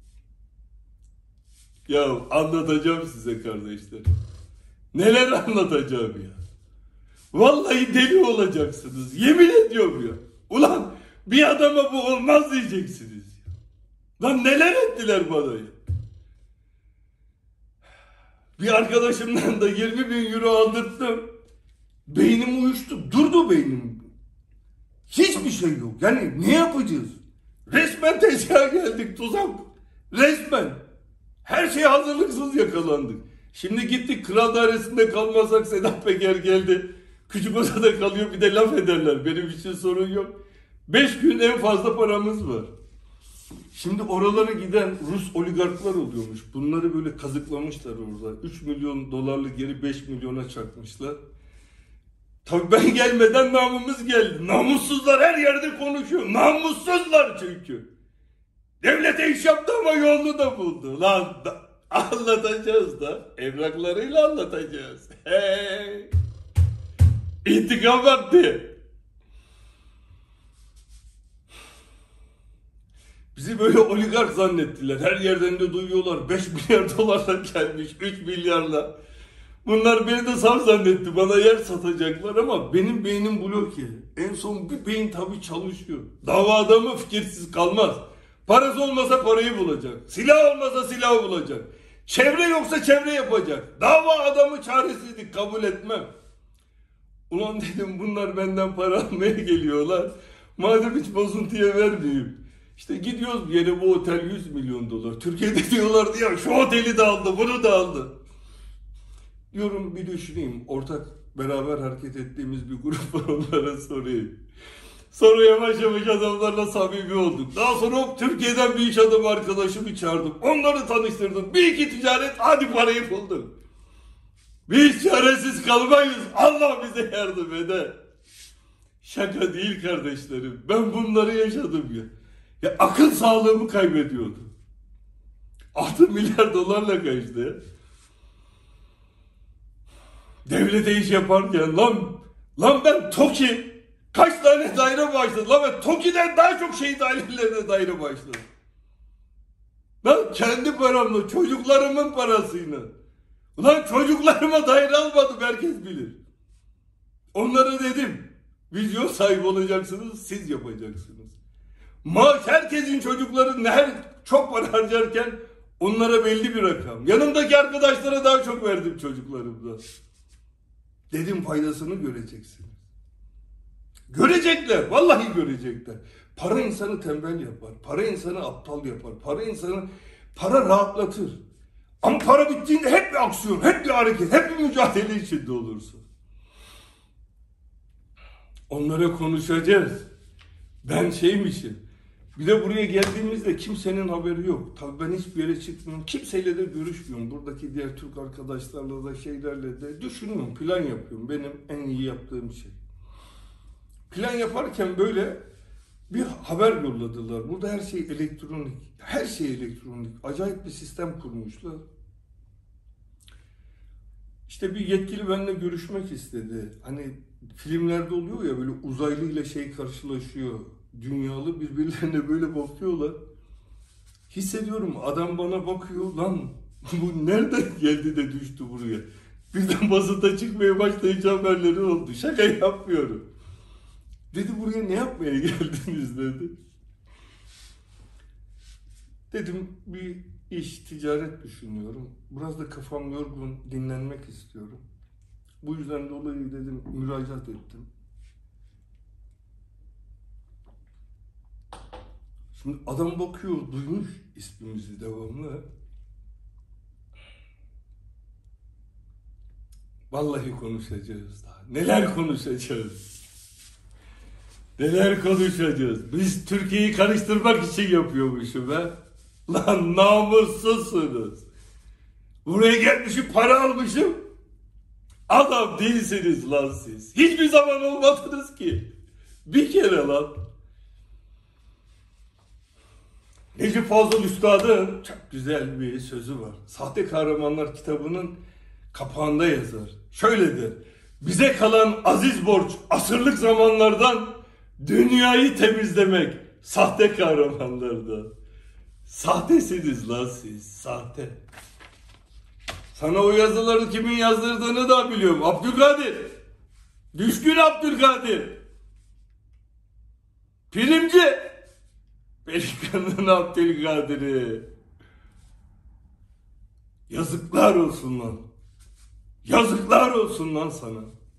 Ya anlatacağım size kardeşlerim. Neler anlatacağım ya. Vallahi deli olacaksınız. Yemin ediyorum ya. Ulan bir adama bu olmaz diyeceksiniz ya. Lan neler ettiler bana ya. Bir arkadaşımdan da yirmi bin euro aldırttım. Beynim uyuştu. Durdu beynim. Hiçbir şey yok. Yani ne yapacağız? Resmen tezgaha geldik, tuzak. Resmen. Her şeye hazırlıksız yakalandık. Şimdi gittik kral dairesinde kalmasak Sedat Peker geldi. Küçük odada kalıyor, bir de laf ederler. Benim için sorun yok. Beş gün en fazla paramız var. Şimdi oralara giden Rus oligarklar oluyormuş. Bunları böyle kazıklamışlar orada. üç milyon dolarlık yeri beş milyona çakmışlar. Tabii ben gelmeden namımız geldi. Namussuzlar her yerde konuşuyor. Namussuzlar çünkü. Devlete iş yaptı ama yolunu da buldu. Lan da, anlatacağız da. Evraklarıyla anlatacağız. Hey. İntikam vakti. Bizi böyle oligark zannettiler. Her yerden de duyuyorlar. beş milyar dolarla gelmiş. üç milyarla. Bunlar beni de saf zannetti. Bana yer satacaklar ama benim beynim bloke. En son bir beyin tabii çalışıyor. Dava adamı fikirsiz kalmaz. Parası olmasa parayı bulacak. Silah olmasa silahı bulacak. Çevre yoksa çevre yapacak. Dava adamı çaresizlik kabul etmem. Ulan dedim bunlar benden para almaya geliyorlar. Madem hiç bozuntuya vermeyeyim. İşte gidiyoruz bir yere, bu otel yüz milyon dolar. Türkiye'de diyorlardı ya şu oteli de aldı, bunu da aldı. Diyorum bir düşüneyim. Ortak beraber hareket ettiğimiz bir grup var, onlara sorayım. Sonra yavaş yavaş adamlarla samimi olduk. Daha sonra hop Türkiye'den bir iş adamı arkadaşımı çağırdım. Onları tanıştırdım. Bir iki ticaret, hadi parayı buldum. Biz çaresiz kalmayız. Allah bize yardım eder. Şaka değil kardeşlerim. Ben bunları yaşadım ya. Ya akıl sağlığımı kaybediyordum. altı milyar dolarla kaçtı. Devlete iş yaparken lan lan ben TOKİ kaç tane daire başladı. Lan ben TOKİ'den daha çok şehit ailelerine daire başladım. Lan kendi paramla, çocuklarımın parasıyla. Ulan çocuklarıma daire almadım, herkes bilir. Onlara dedim, vizyon sahibi olacaksınız, siz yapacaksınız. Maaş herkesin çocukları her çok para harcarken onlara belli bir rakam. Yanımdaki arkadaşlara daha çok verdim çocuklarımdan. Dedim faydasını göreceksiniz. Görecekler, vallahi görecekler. Para insanı tembel yapar, para insanı aptal yapar, para insanı, para rahatlatır. Ama para bittiğinde hep bir aksiyon, hep bir hareket, hep bir mücadele içinde olursun. Onlara konuşacağız. Ben şeymişim. Bir de buraya geldiğimizde kimsenin haberi yok. Tabii ben hiçbir yere çıkmıyorum. Kimseyle de görüşmüyorum. Buradaki diğer Türk arkadaşlarla da şeylerle de düşünüyorum. Plan yapıyorum. Benim en iyi yaptığım şey. Plan yaparken böyle bir haber yolladılar. Burada her şey elektronik. Her şey elektronik. Acayip bir sistem kurmuşlar. İşte bir yetkili benimle görüşmek istedi. Hani filmlerde oluyor ya, böyle uzaylı ile şey karşılaşıyor. Dünyalı birbirlerine böyle bakıyorlar. Hissediyorum adam bana bakıyor, lan bu nereden geldi de düştü buraya. Birden basında çıkmaya başlayınca haberleri oldu. Şaka yapmıyorum. Dedi buraya ne yapmaya geldiniz dedi. Dedim bir iş, ticaret düşünüyorum. Biraz da kafam yorgun, dinlenmek istiyorum. Bu yüzden dolayı dedim müracaat ettim. Şimdi adam bakıyor, duymuş ismimizi devamlı. Vallahi konuşacağız daha. Neler konuşacağız? Neler konuşacağız? Biz Türkiye'yi karıştırmak için yapıyormuşum be. Lan namussuzsunuz. Buraya gelmişim, para almışım. Adam değilsiniz lan siz. Hiçbir zaman olmadınız ki. Bir kere lan. Necip Fazıl Üstad'ın çok güzel bir sözü var. Sahte Kahramanlar kitabının kapağında yazar. Şöyle der. Bize kalan aziz borç asırlık zamanlardan dünyayı temizlemek sahte kahramanlardan. Sahtesiniz lan siz. Sahte. Sana o yazıları kimin yazdırdığını da biliyorum. Abdülkadir. Düşkün Abdülkadir. Primci. Pelikanın Abdülkadir'i. Yazıklar olsun lan. Yazıklar olsun lan sana.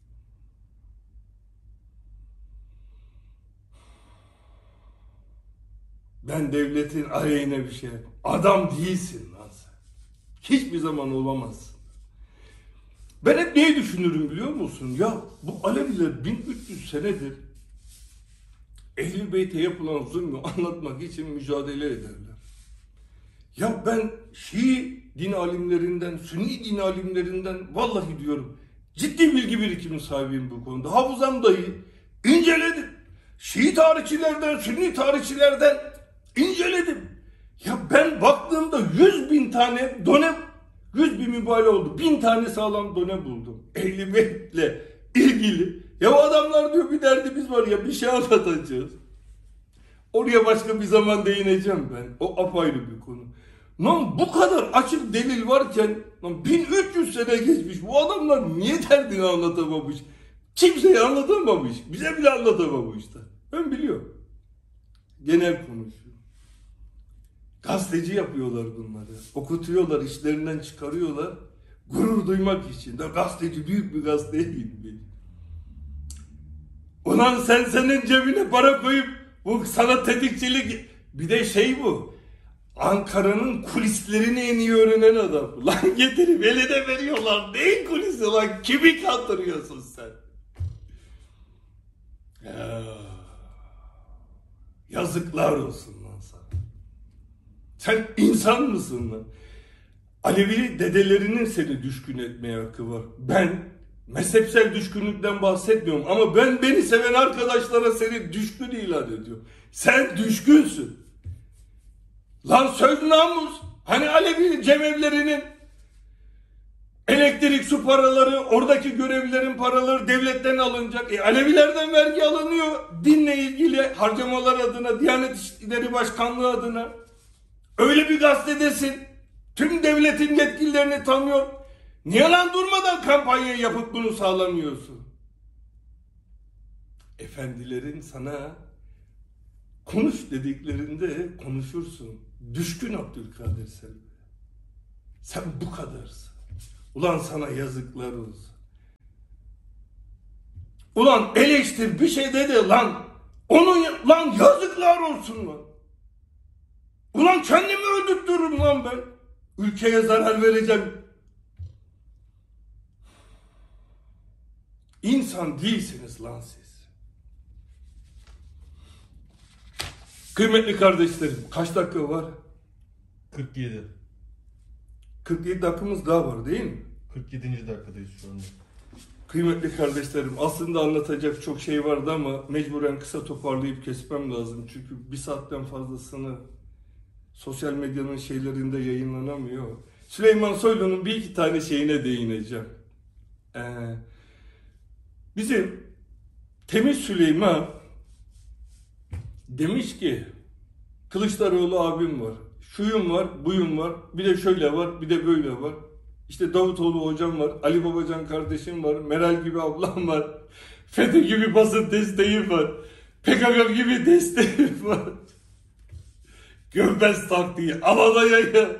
Ben devletin aleyhine bir şey. Adam değilsin lan sen. Hiçbir zaman olamazsın. Ben hep neyi düşünürüm biliyor musun? Ya bu Aleviler bin üç yüz senedir Ehl-i Beyt'e yapılan zulmü anlatmak için mücadele ederler. Ya ben Şii din alimlerinden, Sünni din alimlerinden vallahi diyorum ciddi bilgi birikimi sahibiyim bu konuda. Hafızam dahi inceledim. Şii tarihçilerden, Sünni tarihçilerden inceledim. Ya ben baktığımda yüz bin tane done, yüz bin mübalağa oldu. Bin tane sağlam done buldum. Ehl-i Beyt'le ilgili. Ya o adamlar diyor bir derdimiz var ya, bir şey anlatacağız. Oraya başka bir zaman değineceğim ben. O apayrı bir konu. Lan bu kadar açık delil varken lan bin üç yüz sene geçmiş. Bu adamlar niye derdini anlatamamış? Kimseye anlatamamış. Bize bile anlatamamışlar. Ben biliyorum. Genel konuşuyor. Gazeteci yapıyorlar bunları. Okutuyorlar, işlerinden çıkarıyorlar. Gurur duymak için. De gazeteci büyük bir gazeteye gitmiş. Ulan sen senin cebine para koyup bu sana tetikçilik, bir de şey bu. Ankara'nın kulislerini en iyi öğrenen adam. Lan getirip eline veriyorlar. Neyin kulisi lan? Kimi kandırıyorsun sen? Ya, yazıklar olsun lan sana. Sen insan mısın lan? Alevi dedelerinin seni düşkün etmeye hakkı var. Ben mezhepsel düşkünlükten bahsetmiyorum ama ben beni seven arkadaşlara seni düşkün ilan ediyorum. Sen düşkünsün. Lan söz namus. Hani Alevi cemevlerinin elektrik su paraları, oradaki görevlilerin paraları devletten alınacak. E Alevilerden vergi alınıyor. Dinle ilgili harcamalar adına, Diyanet İşleri Başkanlığı adına. Öyle bir gazetedesin. Tüm devletin yetkililerini tanıyor. Niye lan durmadan kampanya yapıp bunu sağlamıyorsun? Efendilerin sana konuş dediklerinde konuşursun. Düşkün Abdülkadir Selvi. Sen bu kadarsın. Ulan sana yazıklar olsun. Ulan eleştir bir şey dedi lan. Onun lan yazıklar olsun lan. Ulan kendimi öldürtürüm lan ben. Ülkeye zarar vereceğim. İnsan değilsiniz lan siz. Kıymetli kardeşlerim, kaç dakika var? kırk yedi. kırk yedi dakikamız daha var değil mi? kırk yedinci dakikadayız şu anda. Kıymetli kardeşlerim, aslında anlatacak çok şey vardı ama mecburen kısa toparlayıp kesmem lazım. Çünkü bir saatten fazlasını sosyal medyanın şeylerinde yayınlanamıyor. Süleyman Soylu'nun bir iki tane şeyine değineceğim. Ee, bizim Temiz Süleyman demiş ki Kılıçdaroğlu abim var, şuyum var, buyum var, bir de şöyle var, bir de böyle var. İşte Davutoğlu hocam var, Ali Babacan kardeşim var, Meral gibi ablam var, FETÖ gibi basın desteği var, P K K gibi desteği var. Gömbez taktiği Aladaya'ya.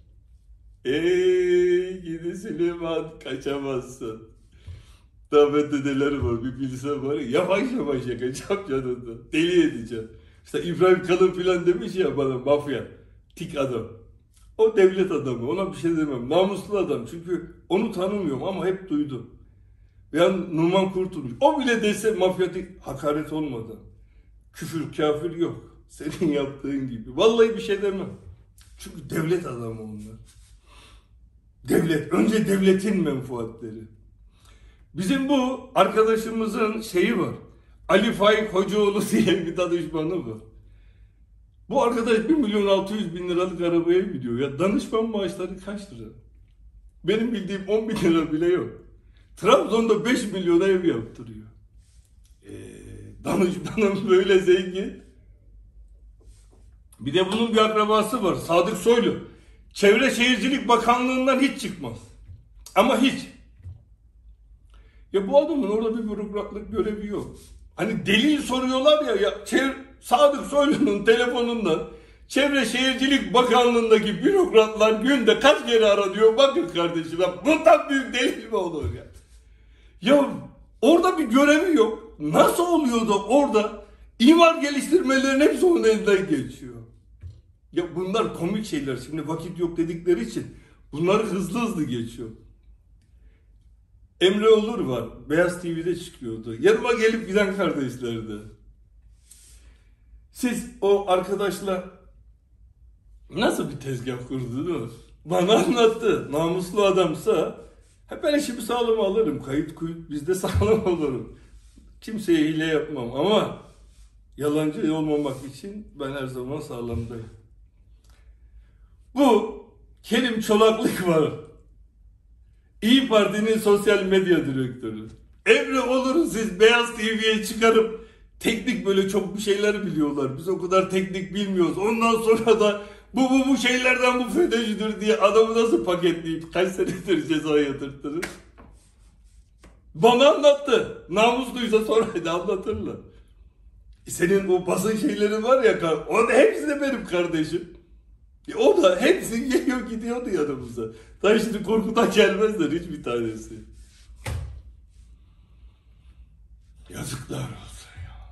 Eee gidi Süleyman kaçamazsın. Daha bende neler var bir bilsem var ya, yavaş yavaş yakacağım canında. Deli edeceğim. İşte İbrahim Kalın filan demiş ya bana, mafya, tik adam. O devlet adamı, ona bir şey demem. Namuslu adam, çünkü onu tanımıyorum ama hep duydum. Veya Numan Kurtulmuş. O bile dese mafyatik, hakaret olmadan. Küfür, kafir yok. Senin yaptığın gibi. Vallahi bir şey demem. Çünkü devlet adamı onlar. Devlet, önce devletin menfaatleri. Bizim bu arkadaşımızın şeyi var. Ali Faik Hocaoğlu diye bir danışmanı var. Bu arkadaş bir milyon altı yüz bin liralık arabaya biniyor. Ya danışman maaşları kaç lira? Benim bildiğim on bin lira bile yok. Trabzon'da beş milyona ev yaptırıyor. Ee, danışmanım böyle zengin. Bir de bunun bir akrabası var. Sadık Soylu. Çevre Şehircilik Bakanlığı'ndan hiç çıkmaz. Ama hiç. Ya bu adamın orada bir bürokratlık görevi yok. Hani delil soruyorlar ya, ya çev Sadık Soylu'nun telefonundan Çevre Şehircilik Bakanlığı'ndaki bürokratlar günde kaç kere aranıyor, bakın kardeşim. Bundan büyük delil mi olur ya? Ya orada bir görevi yok. Nasıl oluyor da orada imar geliştirmelerin hepsi onun elinden geçiyor? Ya bunlar komik şeyler. Şimdi vakit yok dedikleri için bunları hızlı hızlı geçiyor. Emre Olur var. Beyaz T V'de çıkıyordu. Yanıma gelip giden kardeşlerdi. Siz o arkadaşla nasıl bir tezgah kurdunuz? Bana anlattı. Namuslu adamsa hep ben işimi sağlam alırım. Kayıt kuyut bizde sağlam olurum. Kimseye hile yapmam ama yalancı olmamak için ben her zaman sağlamdayım. Bu Kerim Çolaklık var. İyi Parti'nin sosyal medya direktörü. Emre Olur'u siz Beyaz T V'ye çıkarıp teknik böyle çok bir şeyler biliyorlar. Biz o kadar teknik bilmiyoruz. Ondan sonra da bu bu bu şeylerden bu FETÖ'cüdür diye adamı nasıl paketleyip kaç senedir ceza yatırttınız? Bana anlattı. Namusluysa sonra da anlatırlar. Senin o basın şeylerin var ya, o da hepsi de benim kardeşim. E o da hepsi geliyor gidiyordu yanımıza. Daha şimdi korkudan gelmezler hiçbir tanesi. Yazıklar olsun ya.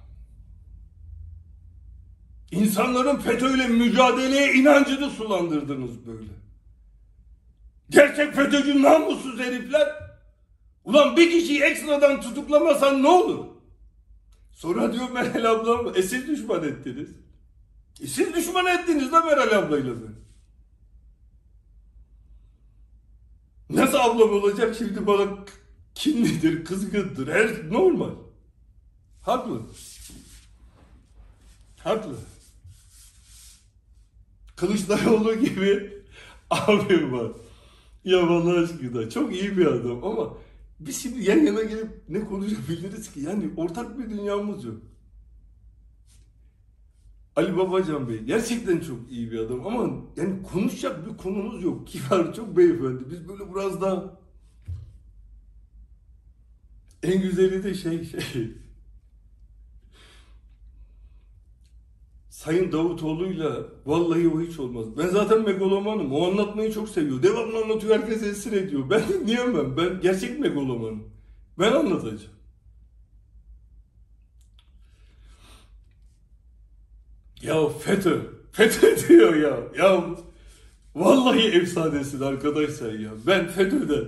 İnsanların FETÖ'yle mücadeleye inancını sulandırdınız böyle. Gerçek FETÖ'cü namussuz herifler. Ulan bir kişiyi ekstradan tutuklamasan ne olur? Sonra diyor Meral ablam, e siz düşman ettiniz. E siz düşman ettiniz de Meral ablayla ben. Nasıl ablam olacak şimdi, bana kinlidir, kızgındır, her normal. Haklı. Haklı. Kılıçdaroğlu gibi abim var. Ya vallahi aşkına çok iyi bir adam ama biz şimdi yan yana gelip ne konuşabiliriz ki? Yani ortak bir dünyamız yok. Ali Babacan Bey gerçekten çok iyi bir adam ama yani konuşacak bir konumuz yok. Kibar, çok beyefendi. Biz böyle biraz daha en güzeli de şey şey Sayın Davutoğlu'yla vallahi o hiç olmaz. Ben zaten megalomanım. O anlatmayı çok seviyor. Devamlı anlatıyor, herkes esir ediyor. Ben dinleyemem. Ben gerçek megalomanım. Ben anlatacağım. Ya FETÖ, FETÖ diyor ya. Ya vallahi efsanesin arkadaş sen ya. Ben FETÖ'de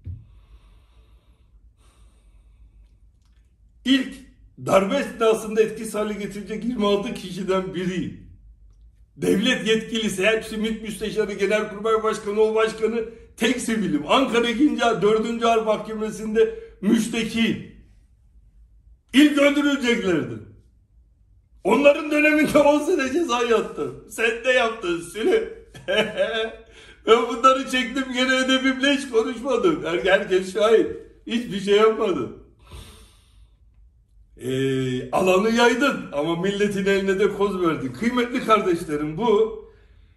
ilk darbe esnasında etkisiz hale getirecek yirmi altı kişiden biriyim. Devlet yetkilisi, hepsi MİT Müsteşarı, Genelkurmay Başkanı, o başkanı, tek sivilim. Ankara ikinci. dördüncü Harp Mahkemesi'nde müşteki. İlk öldürüleceklerdi. Onların döneminde on sene ceza yattım. Sen de yaptın Sülü. Ben bunları çektim, gene ödevimle hiç konuşmadım. Herkes şahit. Hiçbir şey yapmadım. Ee, alanı yaydın ama milletin eline de koz verdin. Kıymetli kardeşlerim, bu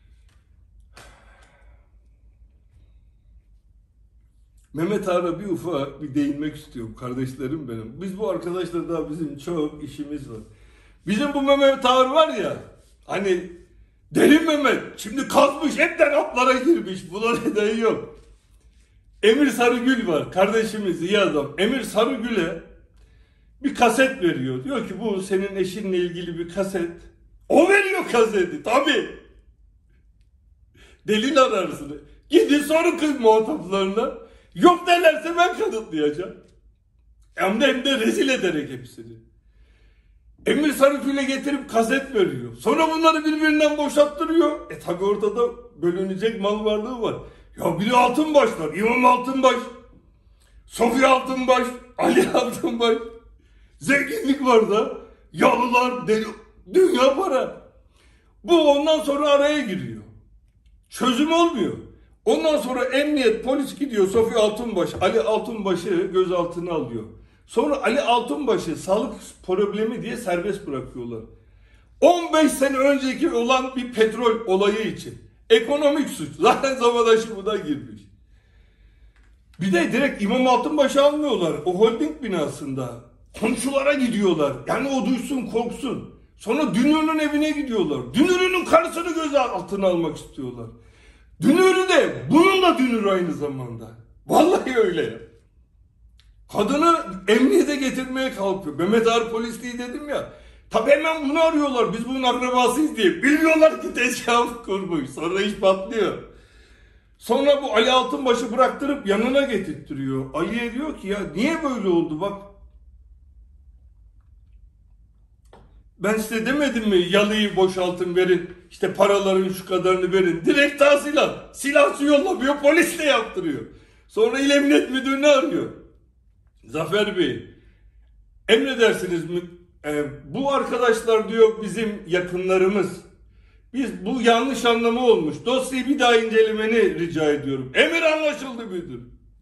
Mehmet Ağar'a bir ufak bir değinmek istiyorum kardeşlerim benim. Biz bu arkadaşlar daha bizim çok işimiz var. Bizim bu Mehmet Ağar var ya, hani deli Mehmet şimdi kazmış, hepten atlara girmiş, buna nedeni yok. Emir Sarıgül var, kardeşimiz, iyi adam. Emir Sarıgül'e bir kaset veriyor. Diyor ki bu senin eşinle ilgili bir kaset. O veriyor kaseti tabii. Delil ararsın. Gidin sorun kız muhataplarına. Yok derlerse ben kanıtlayacağım. Hem de, hem de rezil ederek hepsini. Emir Sarıgül'e getirip kaset veriyor. Sonra bunları birbirinden boşalttırıyor. E tabi ortada bölünecek mal varlığı var. Ya biri Altınbaşlar, İmam Altınbaş, Sofya Altınbaş, Ali Altınbaş. Zenginlik var da, yalılar, deli, dünya para. Bu ondan sonra araya giriyor. Çözüm olmuyor. Ondan sonra emniyet, polis gidiyor, Sofya Altınbaş, Ali Altınbaş'ı gözaltına alıyor. Sonra Ali Altınbaş'ı sağlık problemi diye serbest bırakıyorlar. on beş sene önceki olan bir petrol olayı için. Ekonomik suç. Zaten zamanaşı buna girmiş. Bir de direkt İmam Altınbaş'ı almıyorlar. O holding binasında. Komşulara gidiyorlar. Yani o duysun, korksun. Sonra Dünür'ün evine gidiyorlar. Dünür'ün karısını gözaltına almak istiyorlar. Dünür'ü de, bunun da Dünür aynı zamanda. Vallahi öyle ya. Kadını emniyete getirmeye kalkıyor. Mehmet Ağar polisliği dedim ya. Tabi hemen bunu arıyorlar. Biz bunun akrabasıyız diye. Bilmiyorlar ki tezgah kurmuş. Sonra iş patlıyor. Sonra bu Ali Altınbaş'ı bıraktırıp yanına getirttiriyor. Ali'ye diyor ki ya niye böyle oldu bak. Ben size demedim mi yalıyı boşaltın verin. İşte paraların şu kadarını verin. Direkt tahsilat. Silahsı yollamıyor, polis de yaptırıyor. Sonra İl Emniyet Müdürünü arıyor. Zafer Bey, emredersiniz mi? Ee, bu arkadaşlar diyor bizim yakınlarımız. Biz bu yanlış anlamı olmuş. Dosyayı bir daha incelemeni rica ediyorum. Emir anlaşıldı müdür.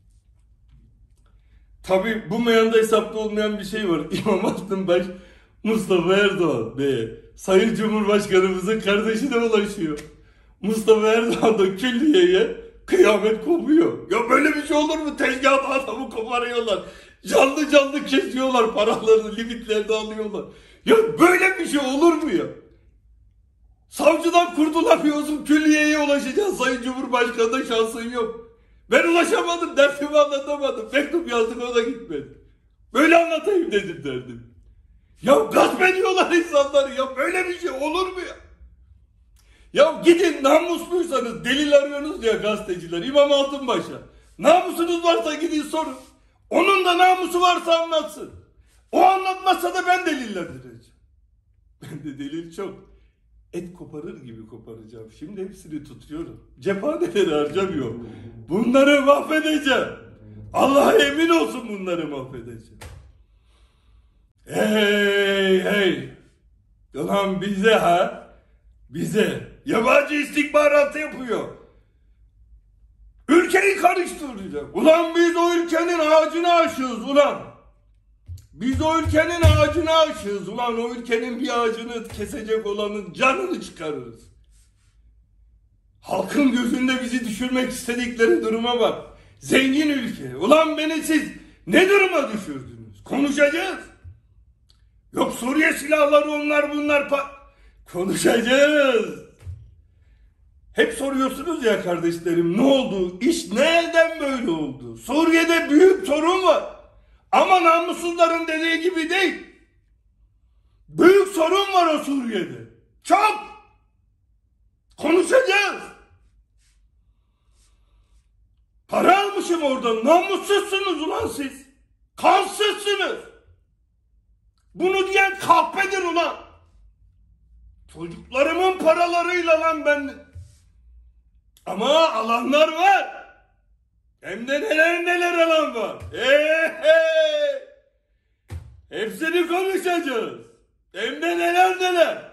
Tabii bu meyanda hesapta olmayan bir şey var. İmam Altınbaş Mustafa Erdoğan Bey, Sayın Cumhurbaşkanımızın kardeşine ulaşıyor. Mustafa Erdoğan'da külliyeye kıyamet kopuyor. Ya böyle bir şey olur mu? Tezgahta adamı koparıyorlar. Canlı canlı kesiyorlar, paralarını limitlerini alıyorlar. Ya böyle bir şey olur mu ya? Savcıdan kurtulamıyorsun, külliyeye ulaşacaksın. Sayın Cumhurbaşkanı'na şansın yok. Ben ulaşamadım, dersimi anlatamadım. Mektup yazdık, o da gitmedi. Böyle anlatayım dedim derdim. Ya gasp ediyorlar insanları ya, böyle bir şey olur mu ya? Ya gidin, namusluysanız, delil arıyorsunuz ya gazeteciler, İmam Altınbaş'a. Namusunuz varsa gidin sorun. Onun da namusu varsa anlatsın. O anlatmazsa da ben delillendireceğim. Bende delil çok. Et koparır gibi koparacağım. Şimdi hepsini tutuyorum. Cephaneleri harcamıyorum. Bunları mahvedeceğim. Allah'a emin olsun, bunları mahvedeceğim. Hey hey. Ulan bize ha. Bize. Yabancı istihbaratı yapıyor. Ülkeyi karıştıracak. Ulan biz o ülkenin ağacına aşığız ulan. Biz o ülkenin ağacına aşığız. Ulan o ülkenin bir ağacını kesecek olanın canını çıkarırız. Halkın gözünde bizi düşürmek istedikleri duruma bak. Zengin ülke. Ulan beni siz ne duruma düşürdünüz? Konuşacağız. Yok Suriye silahları, onlar bunlar pa- konuşacağız. Hep soruyorsunuz ya kardeşlerim, ne oldu? İş nereden böyle oldu? Suriye'de büyük sorun var. Ama namussuzların dediği gibi değil. Büyük sorun var o Suriye'de. Çok. Konuşacağız. Para almışım oradan. Namussuzsunuz ulan siz. Kansızsınız. Bunu diyen kahpedir ulan. Çocuklarımın paralarıyla lan ben. Ama alanlar var. Hem de neler neler alan var. Hey, hey. Hepsini konuşacağız. Hem de neler neler.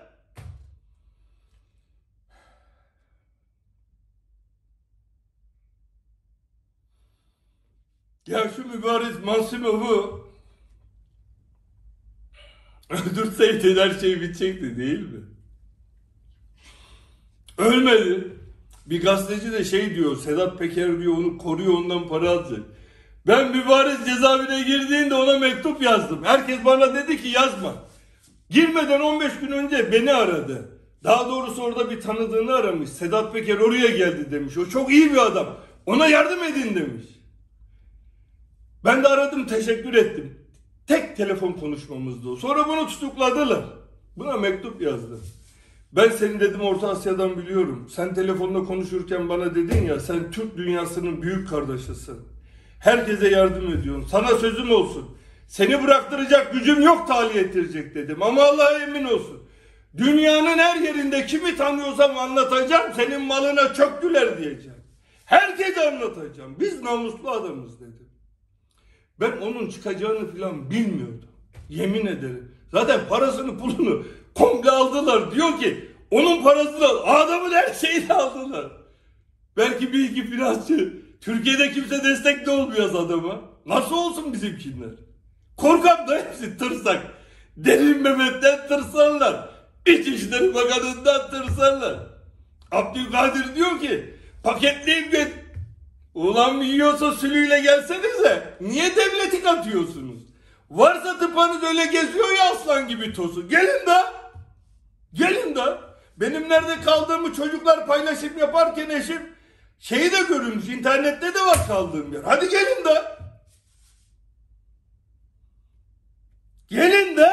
Ya şu mübarek Masimov'u öldürseydin her şey bitecekti değil mi? Ölmedi. Bir gazeteci de şey diyor, Sedat Peker diyor, onu koruyor, ondan para alacak. Ben mübarek cezaevine girdiğinde ona mektup yazdım. Herkes bana dedi ki yazma. Girmeden on beş gün önce beni aradı. Daha doğrusu orada bir tanıdığını aramış. Sedat Peker oraya geldi demiş. O çok iyi bir adam. Ona yardım edin demiş. Ben de aradım, teşekkür ettim. Tek telefon konuşmamızdı o. Sonra bunu tutukladılar. Buna mektup yazdı. Ben seni dedim Orta Asya'dan biliyorum. Sen telefonda konuşurken bana dedin ya, sen Türk dünyasının büyük kardeşisin. Herkese yardım ediyorsun. Sana sözüm olsun. Seni bıraktıracak gücüm yok, tahliye ettirecek dedim. Ama Allah'a emin olsun. Dünyanın her yerinde kimi tanıyorsam anlatacağım. Senin malına çöktüler diyeceğim. Herkese anlatacağım. Biz namuslu adamız dedim. Ben onun çıkacağını falan bilmiyordum. Yemin ederim. Zaten parasını pulunu komple aldılar. Diyor ki onun parasını al. Adamın her şeyini aldılar. Belki bir iki finansçı. Türkiye'de kimse destekli olmuyor adama. Nasıl olsun bizimkiler? Korkak da hepsi tırsak. Derin Mehmet'ten tırsarlar. İçişleri Bakanı'ndan tırsarlar. Abdülkadir diyor ki paketleyip gel. Ulan yiyorsa sülüyle gelsenize. Niye devleti katıyorsunuz? Varsa tıpanız öyle geziyor ya aslan gibi tozu. Gelin de. Gelin de. Benim nerede kaldığımı çocuklar paylaşım yaparken eşim şeyi de görünmüş. İnternette de var kaldığım yer. Hadi gelin de. Gelin de.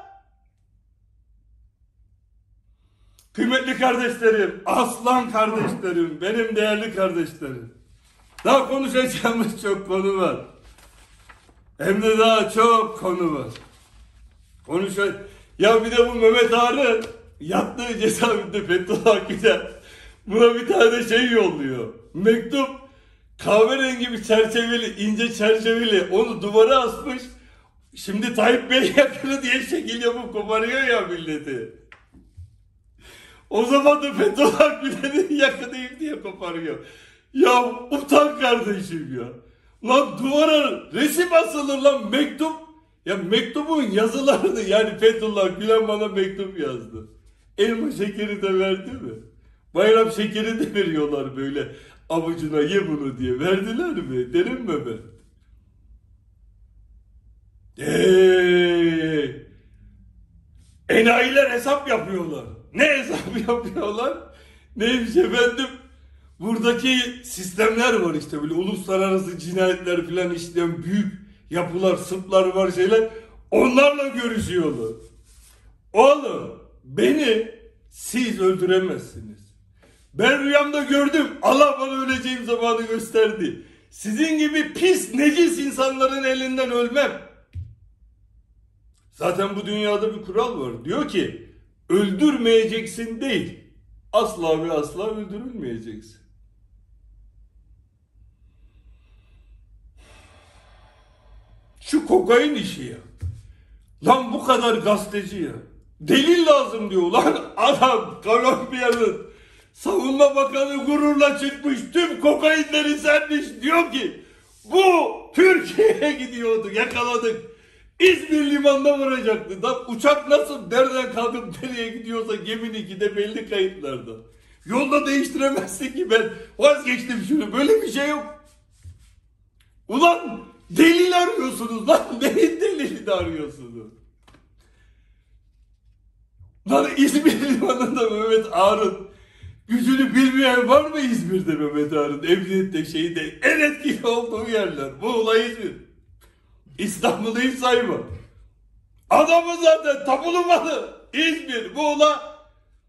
Kıymetli kardeşlerim, aslan kardeşlerim, benim değerli kardeşlerim. Daha konuşacağımız çok konu var. Hem de daha çok konu var. Konuşa ya bir de bu Mehmet Ağar'ın yattığı cezaevinde Fethullah Gülen buna bir tane şey yolluyor. Mektup, kahverengi bir çerçeveli, ince çerçeveli, onu duvara asmış. Şimdi Tayyip Bey yakını diye şekil yapıp koparıyor ya milleti. O zaman da Fethullah Gülen'in yakınıyım diye koparıyor. Ya utan kardeşim ya. Lan duvara resim asılır lan, mektup. Ya mektubun yazılarını, yani Fethullah Gülen bana mektup yazdı. Elma şekeri de verdi mi? Bayram şekeri de veriyorlar böyle avucuna, ye bunu diye. Verdiler mi? Derin Mehmet. Eee, enayiler hesap yapıyorlar. Ne hesap yapıyorlar? Neymiş efendim? Buradaki sistemler var işte, böyle uluslararası cinayetler falan işleyen büyük yapılar, Sırplar var, şeyler. Onlarla görüşüyorlar. Oğlum, beni siz öldüremezsiniz. Ben rüyamda gördüm. Allah bana öleceğim zamanı gösterdi. Sizin gibi pis, necis insanların elinden ölmem. Zaten bu dünyada bir kural var. Diyor ki, öldürmeyeceksin değil, asla ve asla öldürülmeyeceksin. Şu kokain işi ya. Lan bu kadar gazeteci ya. Delil lazım diyor. Lan adam Kolombiya'nın savunma bakanı gururla çıkmış. Tüm kokainleri sermiş. Diyor ki bu Türkiye'ye gidiyordu. Yakaladık. İzmir limanına varacaktı. Da uçak nasıl nereden kalkıp nereye gidiyorsa geminin de belli kayıtlarda. Yolda değiştiremezsin ki, ben vazgeçtim şunu. Böyle bir şey yok. Ulan delil arıyorsunuz lan. Neyin delilini arıyorsunuz? Lan İzmir limanında Mehmet Ağar'ın gücünü bilmeyen var mı İzmir'de Mehmet Ağar'ın? Emniyette şeyde en etkili olduğu yerler. Muğla, İzmir. İstanbul'u hiç sayma. Adamı zaten tapulu malı. İzmir, Muğla.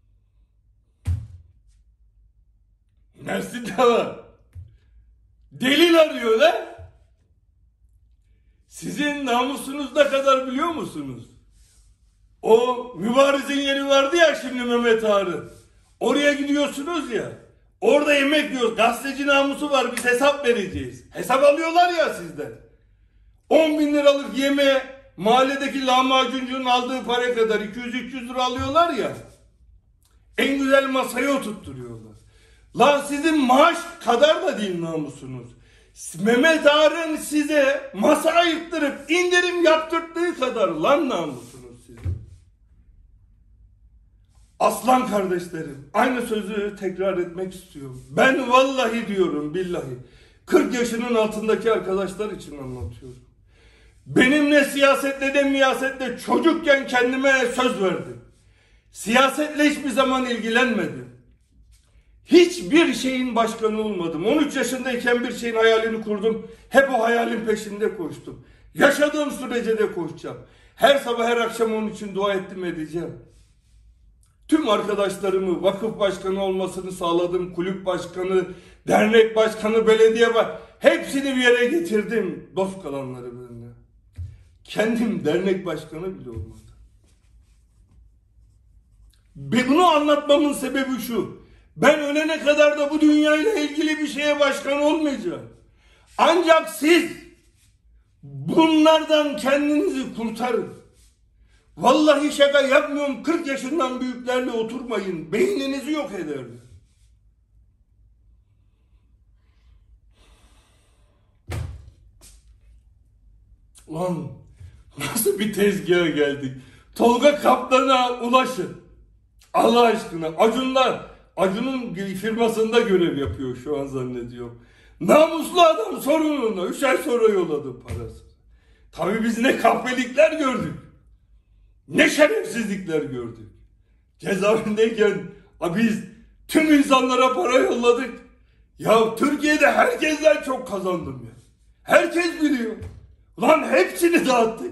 Mersin'de var. Delil arıyor lan. Sizin namusunuz ne kadar biliyor musunuz? O mübarizin yeri vardı ya şimdi Mehmet Ağar'ın. Oraya gidiyorsunuz ya. Orada yemek yiyoruz. Gazeteci namusu var, biz hesap vereceğiz. Hesap alıyorlar ya sizden. on bin liralık yemeğe mahalledeki lahmacuncunun aldığı para kadar iki yüz üç yüz lira alıyorlar ya. En güzel masayı oturtturuyorlar. Lan sizin maaş kadar da değil namusunuz. Mehmet Ağar'ın size masa ayırttırıp indirim yaptırdığı kadar lan namusunuz sizin. Aslan kardeşlerim, aynı sözü tekrar etmek istiyorum. Ben vallahi diyorum, billahi kırk yaşının altındaki arkadaşlar için anlatıyorum. Benimle siyasetle de miyasetle çocukken kendime söz verdim. Siyasetle hiçbir zaman ilgilenmedim. Hiçbir şeyin başkanı olmadım. on üç yaşındayken bir şeyin hayalini kurdum. Hep o hayalin peşinde koştum. Yaşadığım sürece de koşacağım. Her sabah her akşam onun için dua ettim, edeceğim. Tüm arkadaşlarımı vakıf başkanı olmasını sağladım. Kulüp başkanı, dernek başkanı, belediye başkanı. Hepsini bir yere getirdim. Dost kalanları benimle. Kendim dernek başkanı bile olmadım. Bunu anlatmamın sebebi şu. Ben ölene kadar da bu dünyayla ilgili bir şeye başkan olmayacağım. Ancak siz bunlardan kendinizi kurtarın. Vallahi şaka yapmıyorum. kırk yaşından büyüklerle oturmayın. Beyninizi yok ederler. Lan nasıl bir tezgaha geldik. Tolga Kaplan'a ulaşın. Allah aşkına. Acun'la Acun'un firmasında görev yapıyor şu an zannediyorum. Namuslu adam sorununa üç ay sonra yolladı parası. Tabii biz ne kahpelikler gördük. Ne şerefsizlikler gördük. Cezaevindeyken biz tüm insanlara para yolladık. Ya Türkiye'de herkesten çok kazandım ya. Herkes biliyor. Lan hepsini dağıttık.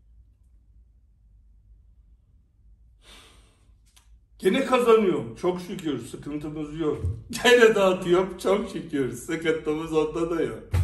Gene kazanıyorum. Çok şükür. Sıkıntımız yok. Gene dağıtıyorum. Çok şükür. Sıkıntımız onda da yok.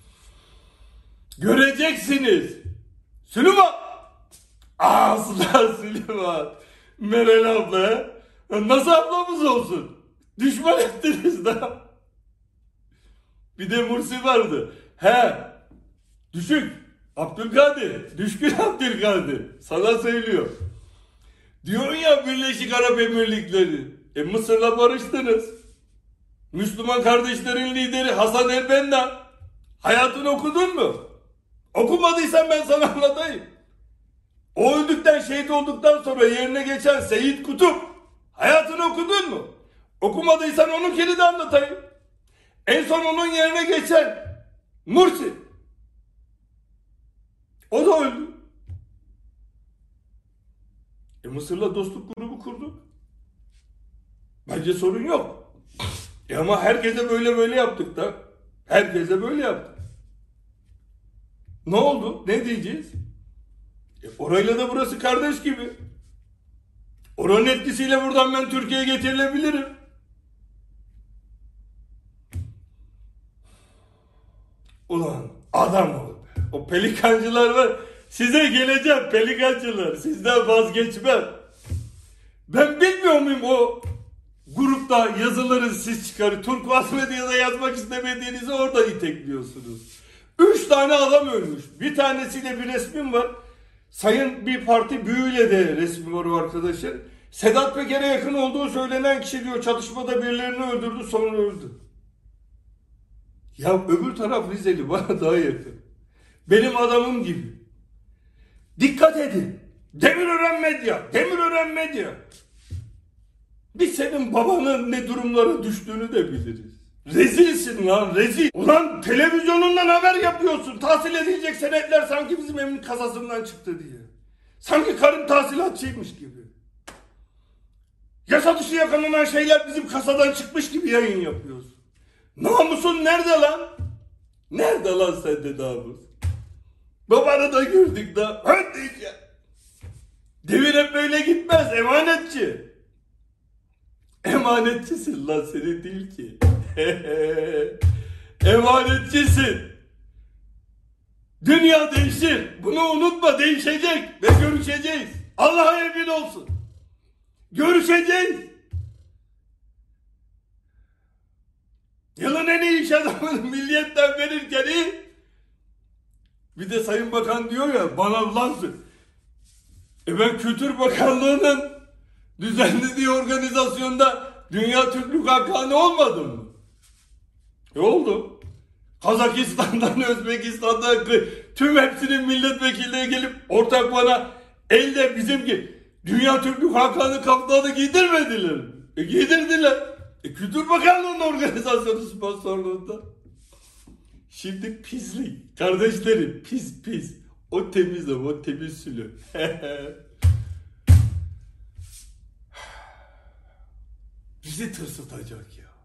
Göreceksiniz. Süleyman. Asla Süleyman. Meral abla. Nasıl ablamız olsun? Düşman ettiniz da. Bir de Mursi vardı. He. Düşük. Abdülkadir. Düşkün Abdülkadir. Sana söylüyor. Diyor ya Birleşik Arap Emirlikleri. E Mısır'la barıştınız. Müslüman kardeşlerin lideri Hasan el-Benna. Hayatını okudun mu? Okumadıysan ben sana anlatayım. O öldükten, şehit olduktan sonra yerine geçen Seyit Kutup. Hayatını okudun mu? Okumadıysan onunkini de anlatayım. En son onun yerine geçen Mursi. O da öldü. E Mısır'la dostluk grubu kurduk. Bence sorun yok. E ama herkese böyle böyle yaptık da. Herkese böyle yaptık. Ne oldu? Ne diyeceğiz? E orayla da burası kardeş gibi. Oranın etkisiyle buradan ben Türkiye'ye getirilebilirim. Ulan adam ol. O pelikancılar var. Size geleceğim pelikancılar. Sizden vazgeçmem. Ben bilmiyor muyum o grupta yazıları siz çıkarır. Turkuaz Medya'da yazmak istemediğinizi orada itekliyorsunuz. Üç tane adam ölmüş. Bir tanesiyle bir resmim var. Sayın bir parti büyüğüyle de resmi var o arkadaşın. Sedat Peker'e yakın olduğu söylenen kişi diyor çatışmada birilerini öldürdü sonra öldü. Ya öbür taraf Rizeli bana daha yakın. Benim adamım gibi. Dikkat edin. Demirören Medya. Demirören Medya. Biz senin babanın ne durumlara düştüğünü de biliriz. Rezilsin lan rezil. Ulan televizyonundan haber yapıyorsun. Tahsil edilecek senetler sanki bizim evin kasasından çıktı diye. Sanki karın tahsilatçıymış gibi. Yasa dışı yakalanan şeyler bizim kasadan çıkmış gibi yayın yapıyorsun. Namusun nerede lan? Nerede lan sende namus? Babanı da gördük da. Hadi ya. Devir hep böyle gitmez emanetçi. Emanetçisin lan senin değil ki. Emanetçisin. Dünya değişir. Bunu unutma değişecek ve görüşeceğiz. Allah'a emin olsun. Görüşeceğiz. Yılın en iyi iş adamını milliyetten verirken iyi. Bir de Sayın Bakan diyor ya bana lansın. E ben Kültür Bakanlığı'nın düzenlediği organizasyonda Dünya Türklük Hakanı olmadım mı? E oldu. Kazakistan'dan, Özbekistan'dan tüm hepsinin milletvekilleri gelip ortak bana elde bizimki Dünya Türklük Hakanı kaftağını giydirmediler. E giydirdiler. E Kültür Bakanlığı'nın organizasyonu sponsorluğunda. Şimdi pislik. Kardeşlerim pis pis. O temiz o, o temiz sülü. Bizi tırsıtacak ya.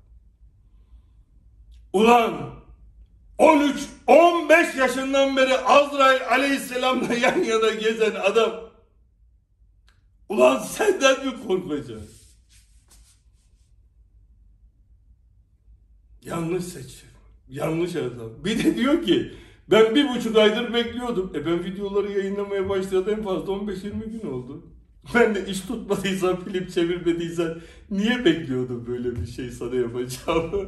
Ulan on üç on beş yaşından beri Azrail Aleyhisselam'la yan yana gezen adam. Ulan senden mi korkacak? Yanlış seçim. Yanlış adam. Bir de diyor ki ben bir buçuk aydır bekliyordum. E ben videoları yayınlamaya başladım en fazla on beş yirmi gün oldu. Ben de iş tutmadıysan, film çevirmediysen niye bekliyordum böyle bir şey sana yapacağımı?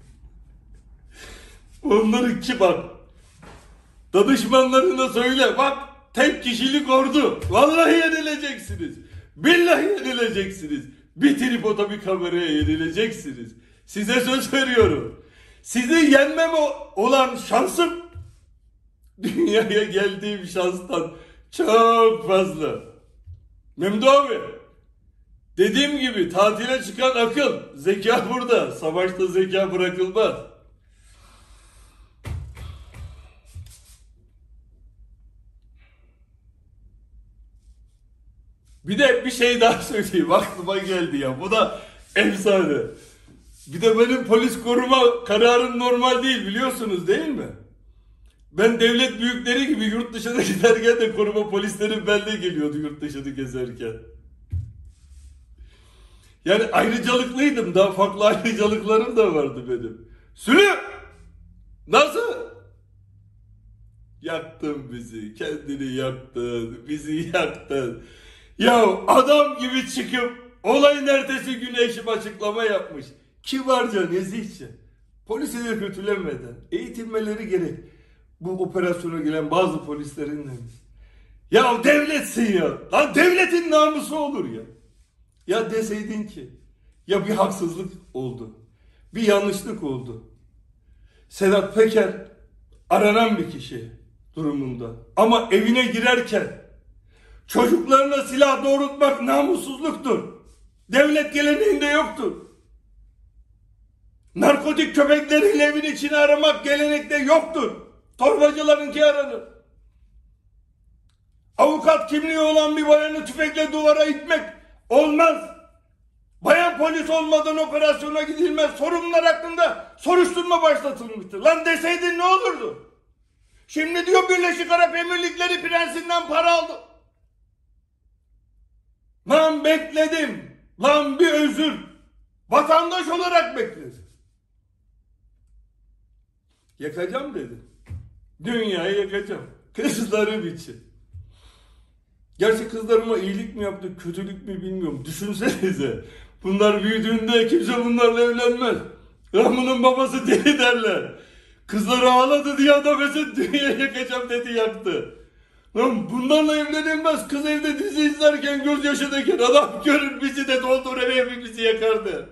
Onları ki bak. Danışmanlarına söyle bak tek kişilik ordu. Vallahi yenileceksiniz. Billahi yenileceksiniz. Bir tripoda bir kameraya yenileceksiniz. Size söz veriyorum. Sizi yenmem olan şansım dünyaya geldiğim şanstan çok fazla. Memdu abi, dediğim gibi tatile çıkan akıl, zeka burada. Savaşta zeka bırakılmaz. Bir de bir şey daha söyleyeyim. Aklıma geldi ya. Bu da efsane. Bir de benim polis koruma kararım normal değil biliyorsunuz değil mi? Ben devlet büyükleri gibi yurt dışına giderken de koruma polislerim bende geliyordu yurt dışını gezerken. Yani ayrıcalıklıydım. Daha farklı ayrıcalıklarım da vardı benim. Sülü! Nasıl? Yaktın bizi. Kendini yaktın. Bizi yaktın. Ya adam gibi çıkıp olayın ertesi günü eşim açıklama yapmış. Kibarca, nezihçe. Polisi de kötülemeden eğitilmeleri gerek. Bu operasyona gelen bazı polislerin demiş. Ya devletsin ya. Lan devletin namusu olur ya. Ya deseydin ki ya bir haksızlık oldu. Bir yanlışlık oldu. Sedat Peker aranan bir kişi durumunda. Ama evine girerken çocuklarına silah doğrultmak namussuzluktur. Devlet geleneğinde yoktur. Narkotik köpeklerin evin içine aramak gelenekte yoktur. Torbacılarınki aranır. Avukat kimliği olan bir bayanı tüfekle duvara itmek olmaz. Bayan polis olmadan operasyona gidilmez. Sorumlular hakkında soruşturma başlatılmıştır. Lan deseydin ne olurdu? Şimdi diyor Birleşik Arap Emirlikleri prensinden para aldı. Lan bekledim. Lan bir özür. Vatandaş olarak bekledim. Yakacağım dedi. Dünyayı yakacağım. Kızlarım için. Gerçi kızlarıma iyilik mi yaptı, kötülük mü bilmiyorum. Düşünsenize. Bunlar büyüdüğünde kimse bunlarla evlenmez. Ramı'nın babası deli derler. Kızları ağladı diye adam mesela dünyayı yakacağım dedi, yaktı. Lan bunlarla evlenilmez. Kız evde dizi izlerken, gözyaşı döker. Adam görür bizi de doldurur, evimizi yakardı.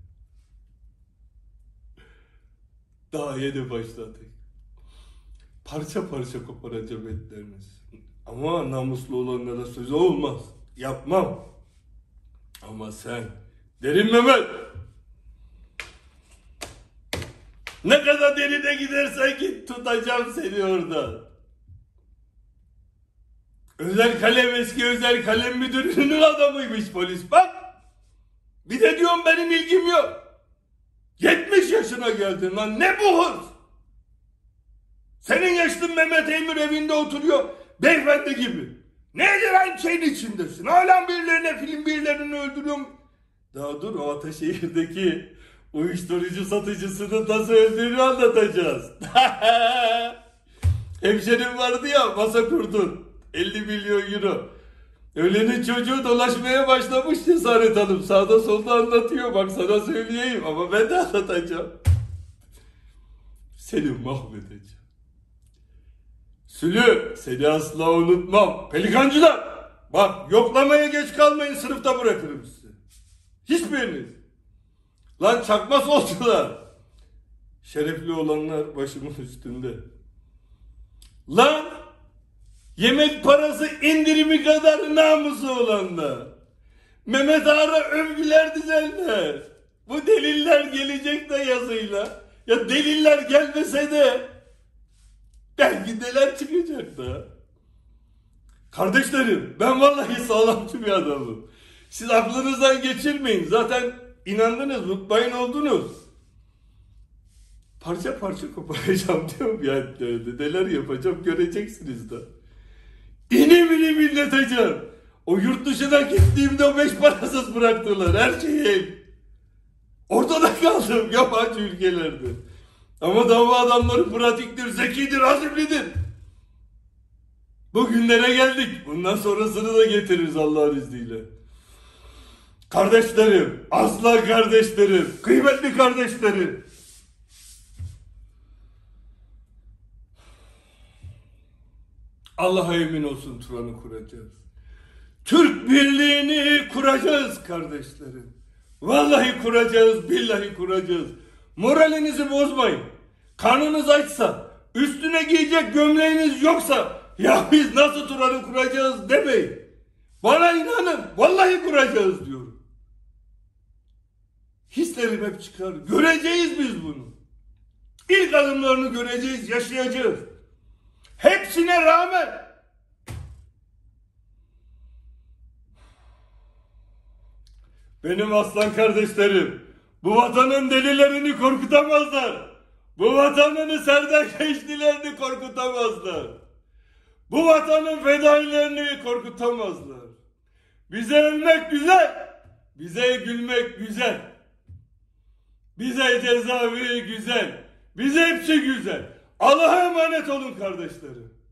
Daha yeni başladık. Parça parça koparacağım etlerinizi. Ama namuslu olanlara sözü olmaz. Yapmam. Ama sen, Derin Mehmet, ne kadar derine gidersen git, tutacağım seni orada. Özel kalem eski özel kalem müdürünün adamıymış polis, bak. Bir de diyorum benim ilgim yok. yetmiş yaşına geldin lan, ne bu hırs? Senin yaşlın Mehmet Emir evinde oturuyor beyefendi gibi. Nedir lan şeyin içindesin? Hala birilerine film birilerini öldürüyorum. Daha dur, o Ataşehir'deki uyuşturucu satıcısını nasıl öldüğünü anlatacağız. Hemşerim vardı ya, masa kurdun. elli milyon euro. Ölenin çocuğu dolaşmaya başlamış Cesaret Hanım. Sağda solda anlatıyor. Bak sana söyleyeyim ama ben de anlatacağım. Seni mahvedeceğim. Sülü, seni asla unutmam. Pelikancılar, bak yoklamaya geç kalmayın, sınıfta bırakırım sizi. Hiçbiriniz. Lan çakma solcular. Şerefli olanlar başımın üstünde. Lan yemek parası indirimi kadar namusu olanlar. Mehmet Ağar'a övgüler dizenler. Bu deliller gelecek de yazıyla. Ya deliller gelmese de belki neler çıkacak da. Kardeşlerim, ben vallahi sağlamcı bir adamım. Siz aklınızdan geçirmeyin. Zaten inandınız, mutmain oldunuz. Parça parça koparacağım diyorum ya. Neler yapacağım göreceksiniz de. İnim inim inleteceğim. O yurt dışına gittiğimde o beş parasız bıraktılar her şeyi. Ortada kaldım yabancı ülkelerde. Ama dava adamları pratiktir, zekidir, azimlidir. Bugünlere geldik. Bundan sonrasını da getiririz Allah'ın izniyle. Kardeşlerim, aslan kardeşlerim, kıymetli kardeşlerim. Allah'a emin olsun Turan'ı kuracağız. Türk birliğini kuracağız kardeşlerim. Vallahi kuracağız, billahi kuracağız. Moralinizi bozmayın. Karnınız açsa, üstüne giyecek gömleğiniz yoksa, ya biz nasıl Turan'ı kuracağız demeyin. Bana inanın, vallahi kuracağız diyorum. Hislerim hep çıkar. Göreceğiz biz bunu. İlk adımlarını göreceğiz, yaşayacağız. Hepsine rağmen benim aslan kardeşlerim, bu vatanın delilerini korkutamazlar. Bu vatanın Serdar Gençlilerini korkutamazlar. Bu vatanın fedailerini korkutamazlar. Bize ölmek güzel, bize gülmek güzel. Bize cezaevi güzel, bize hepsi güzel. Allah'a emanet olun kardeşlerim.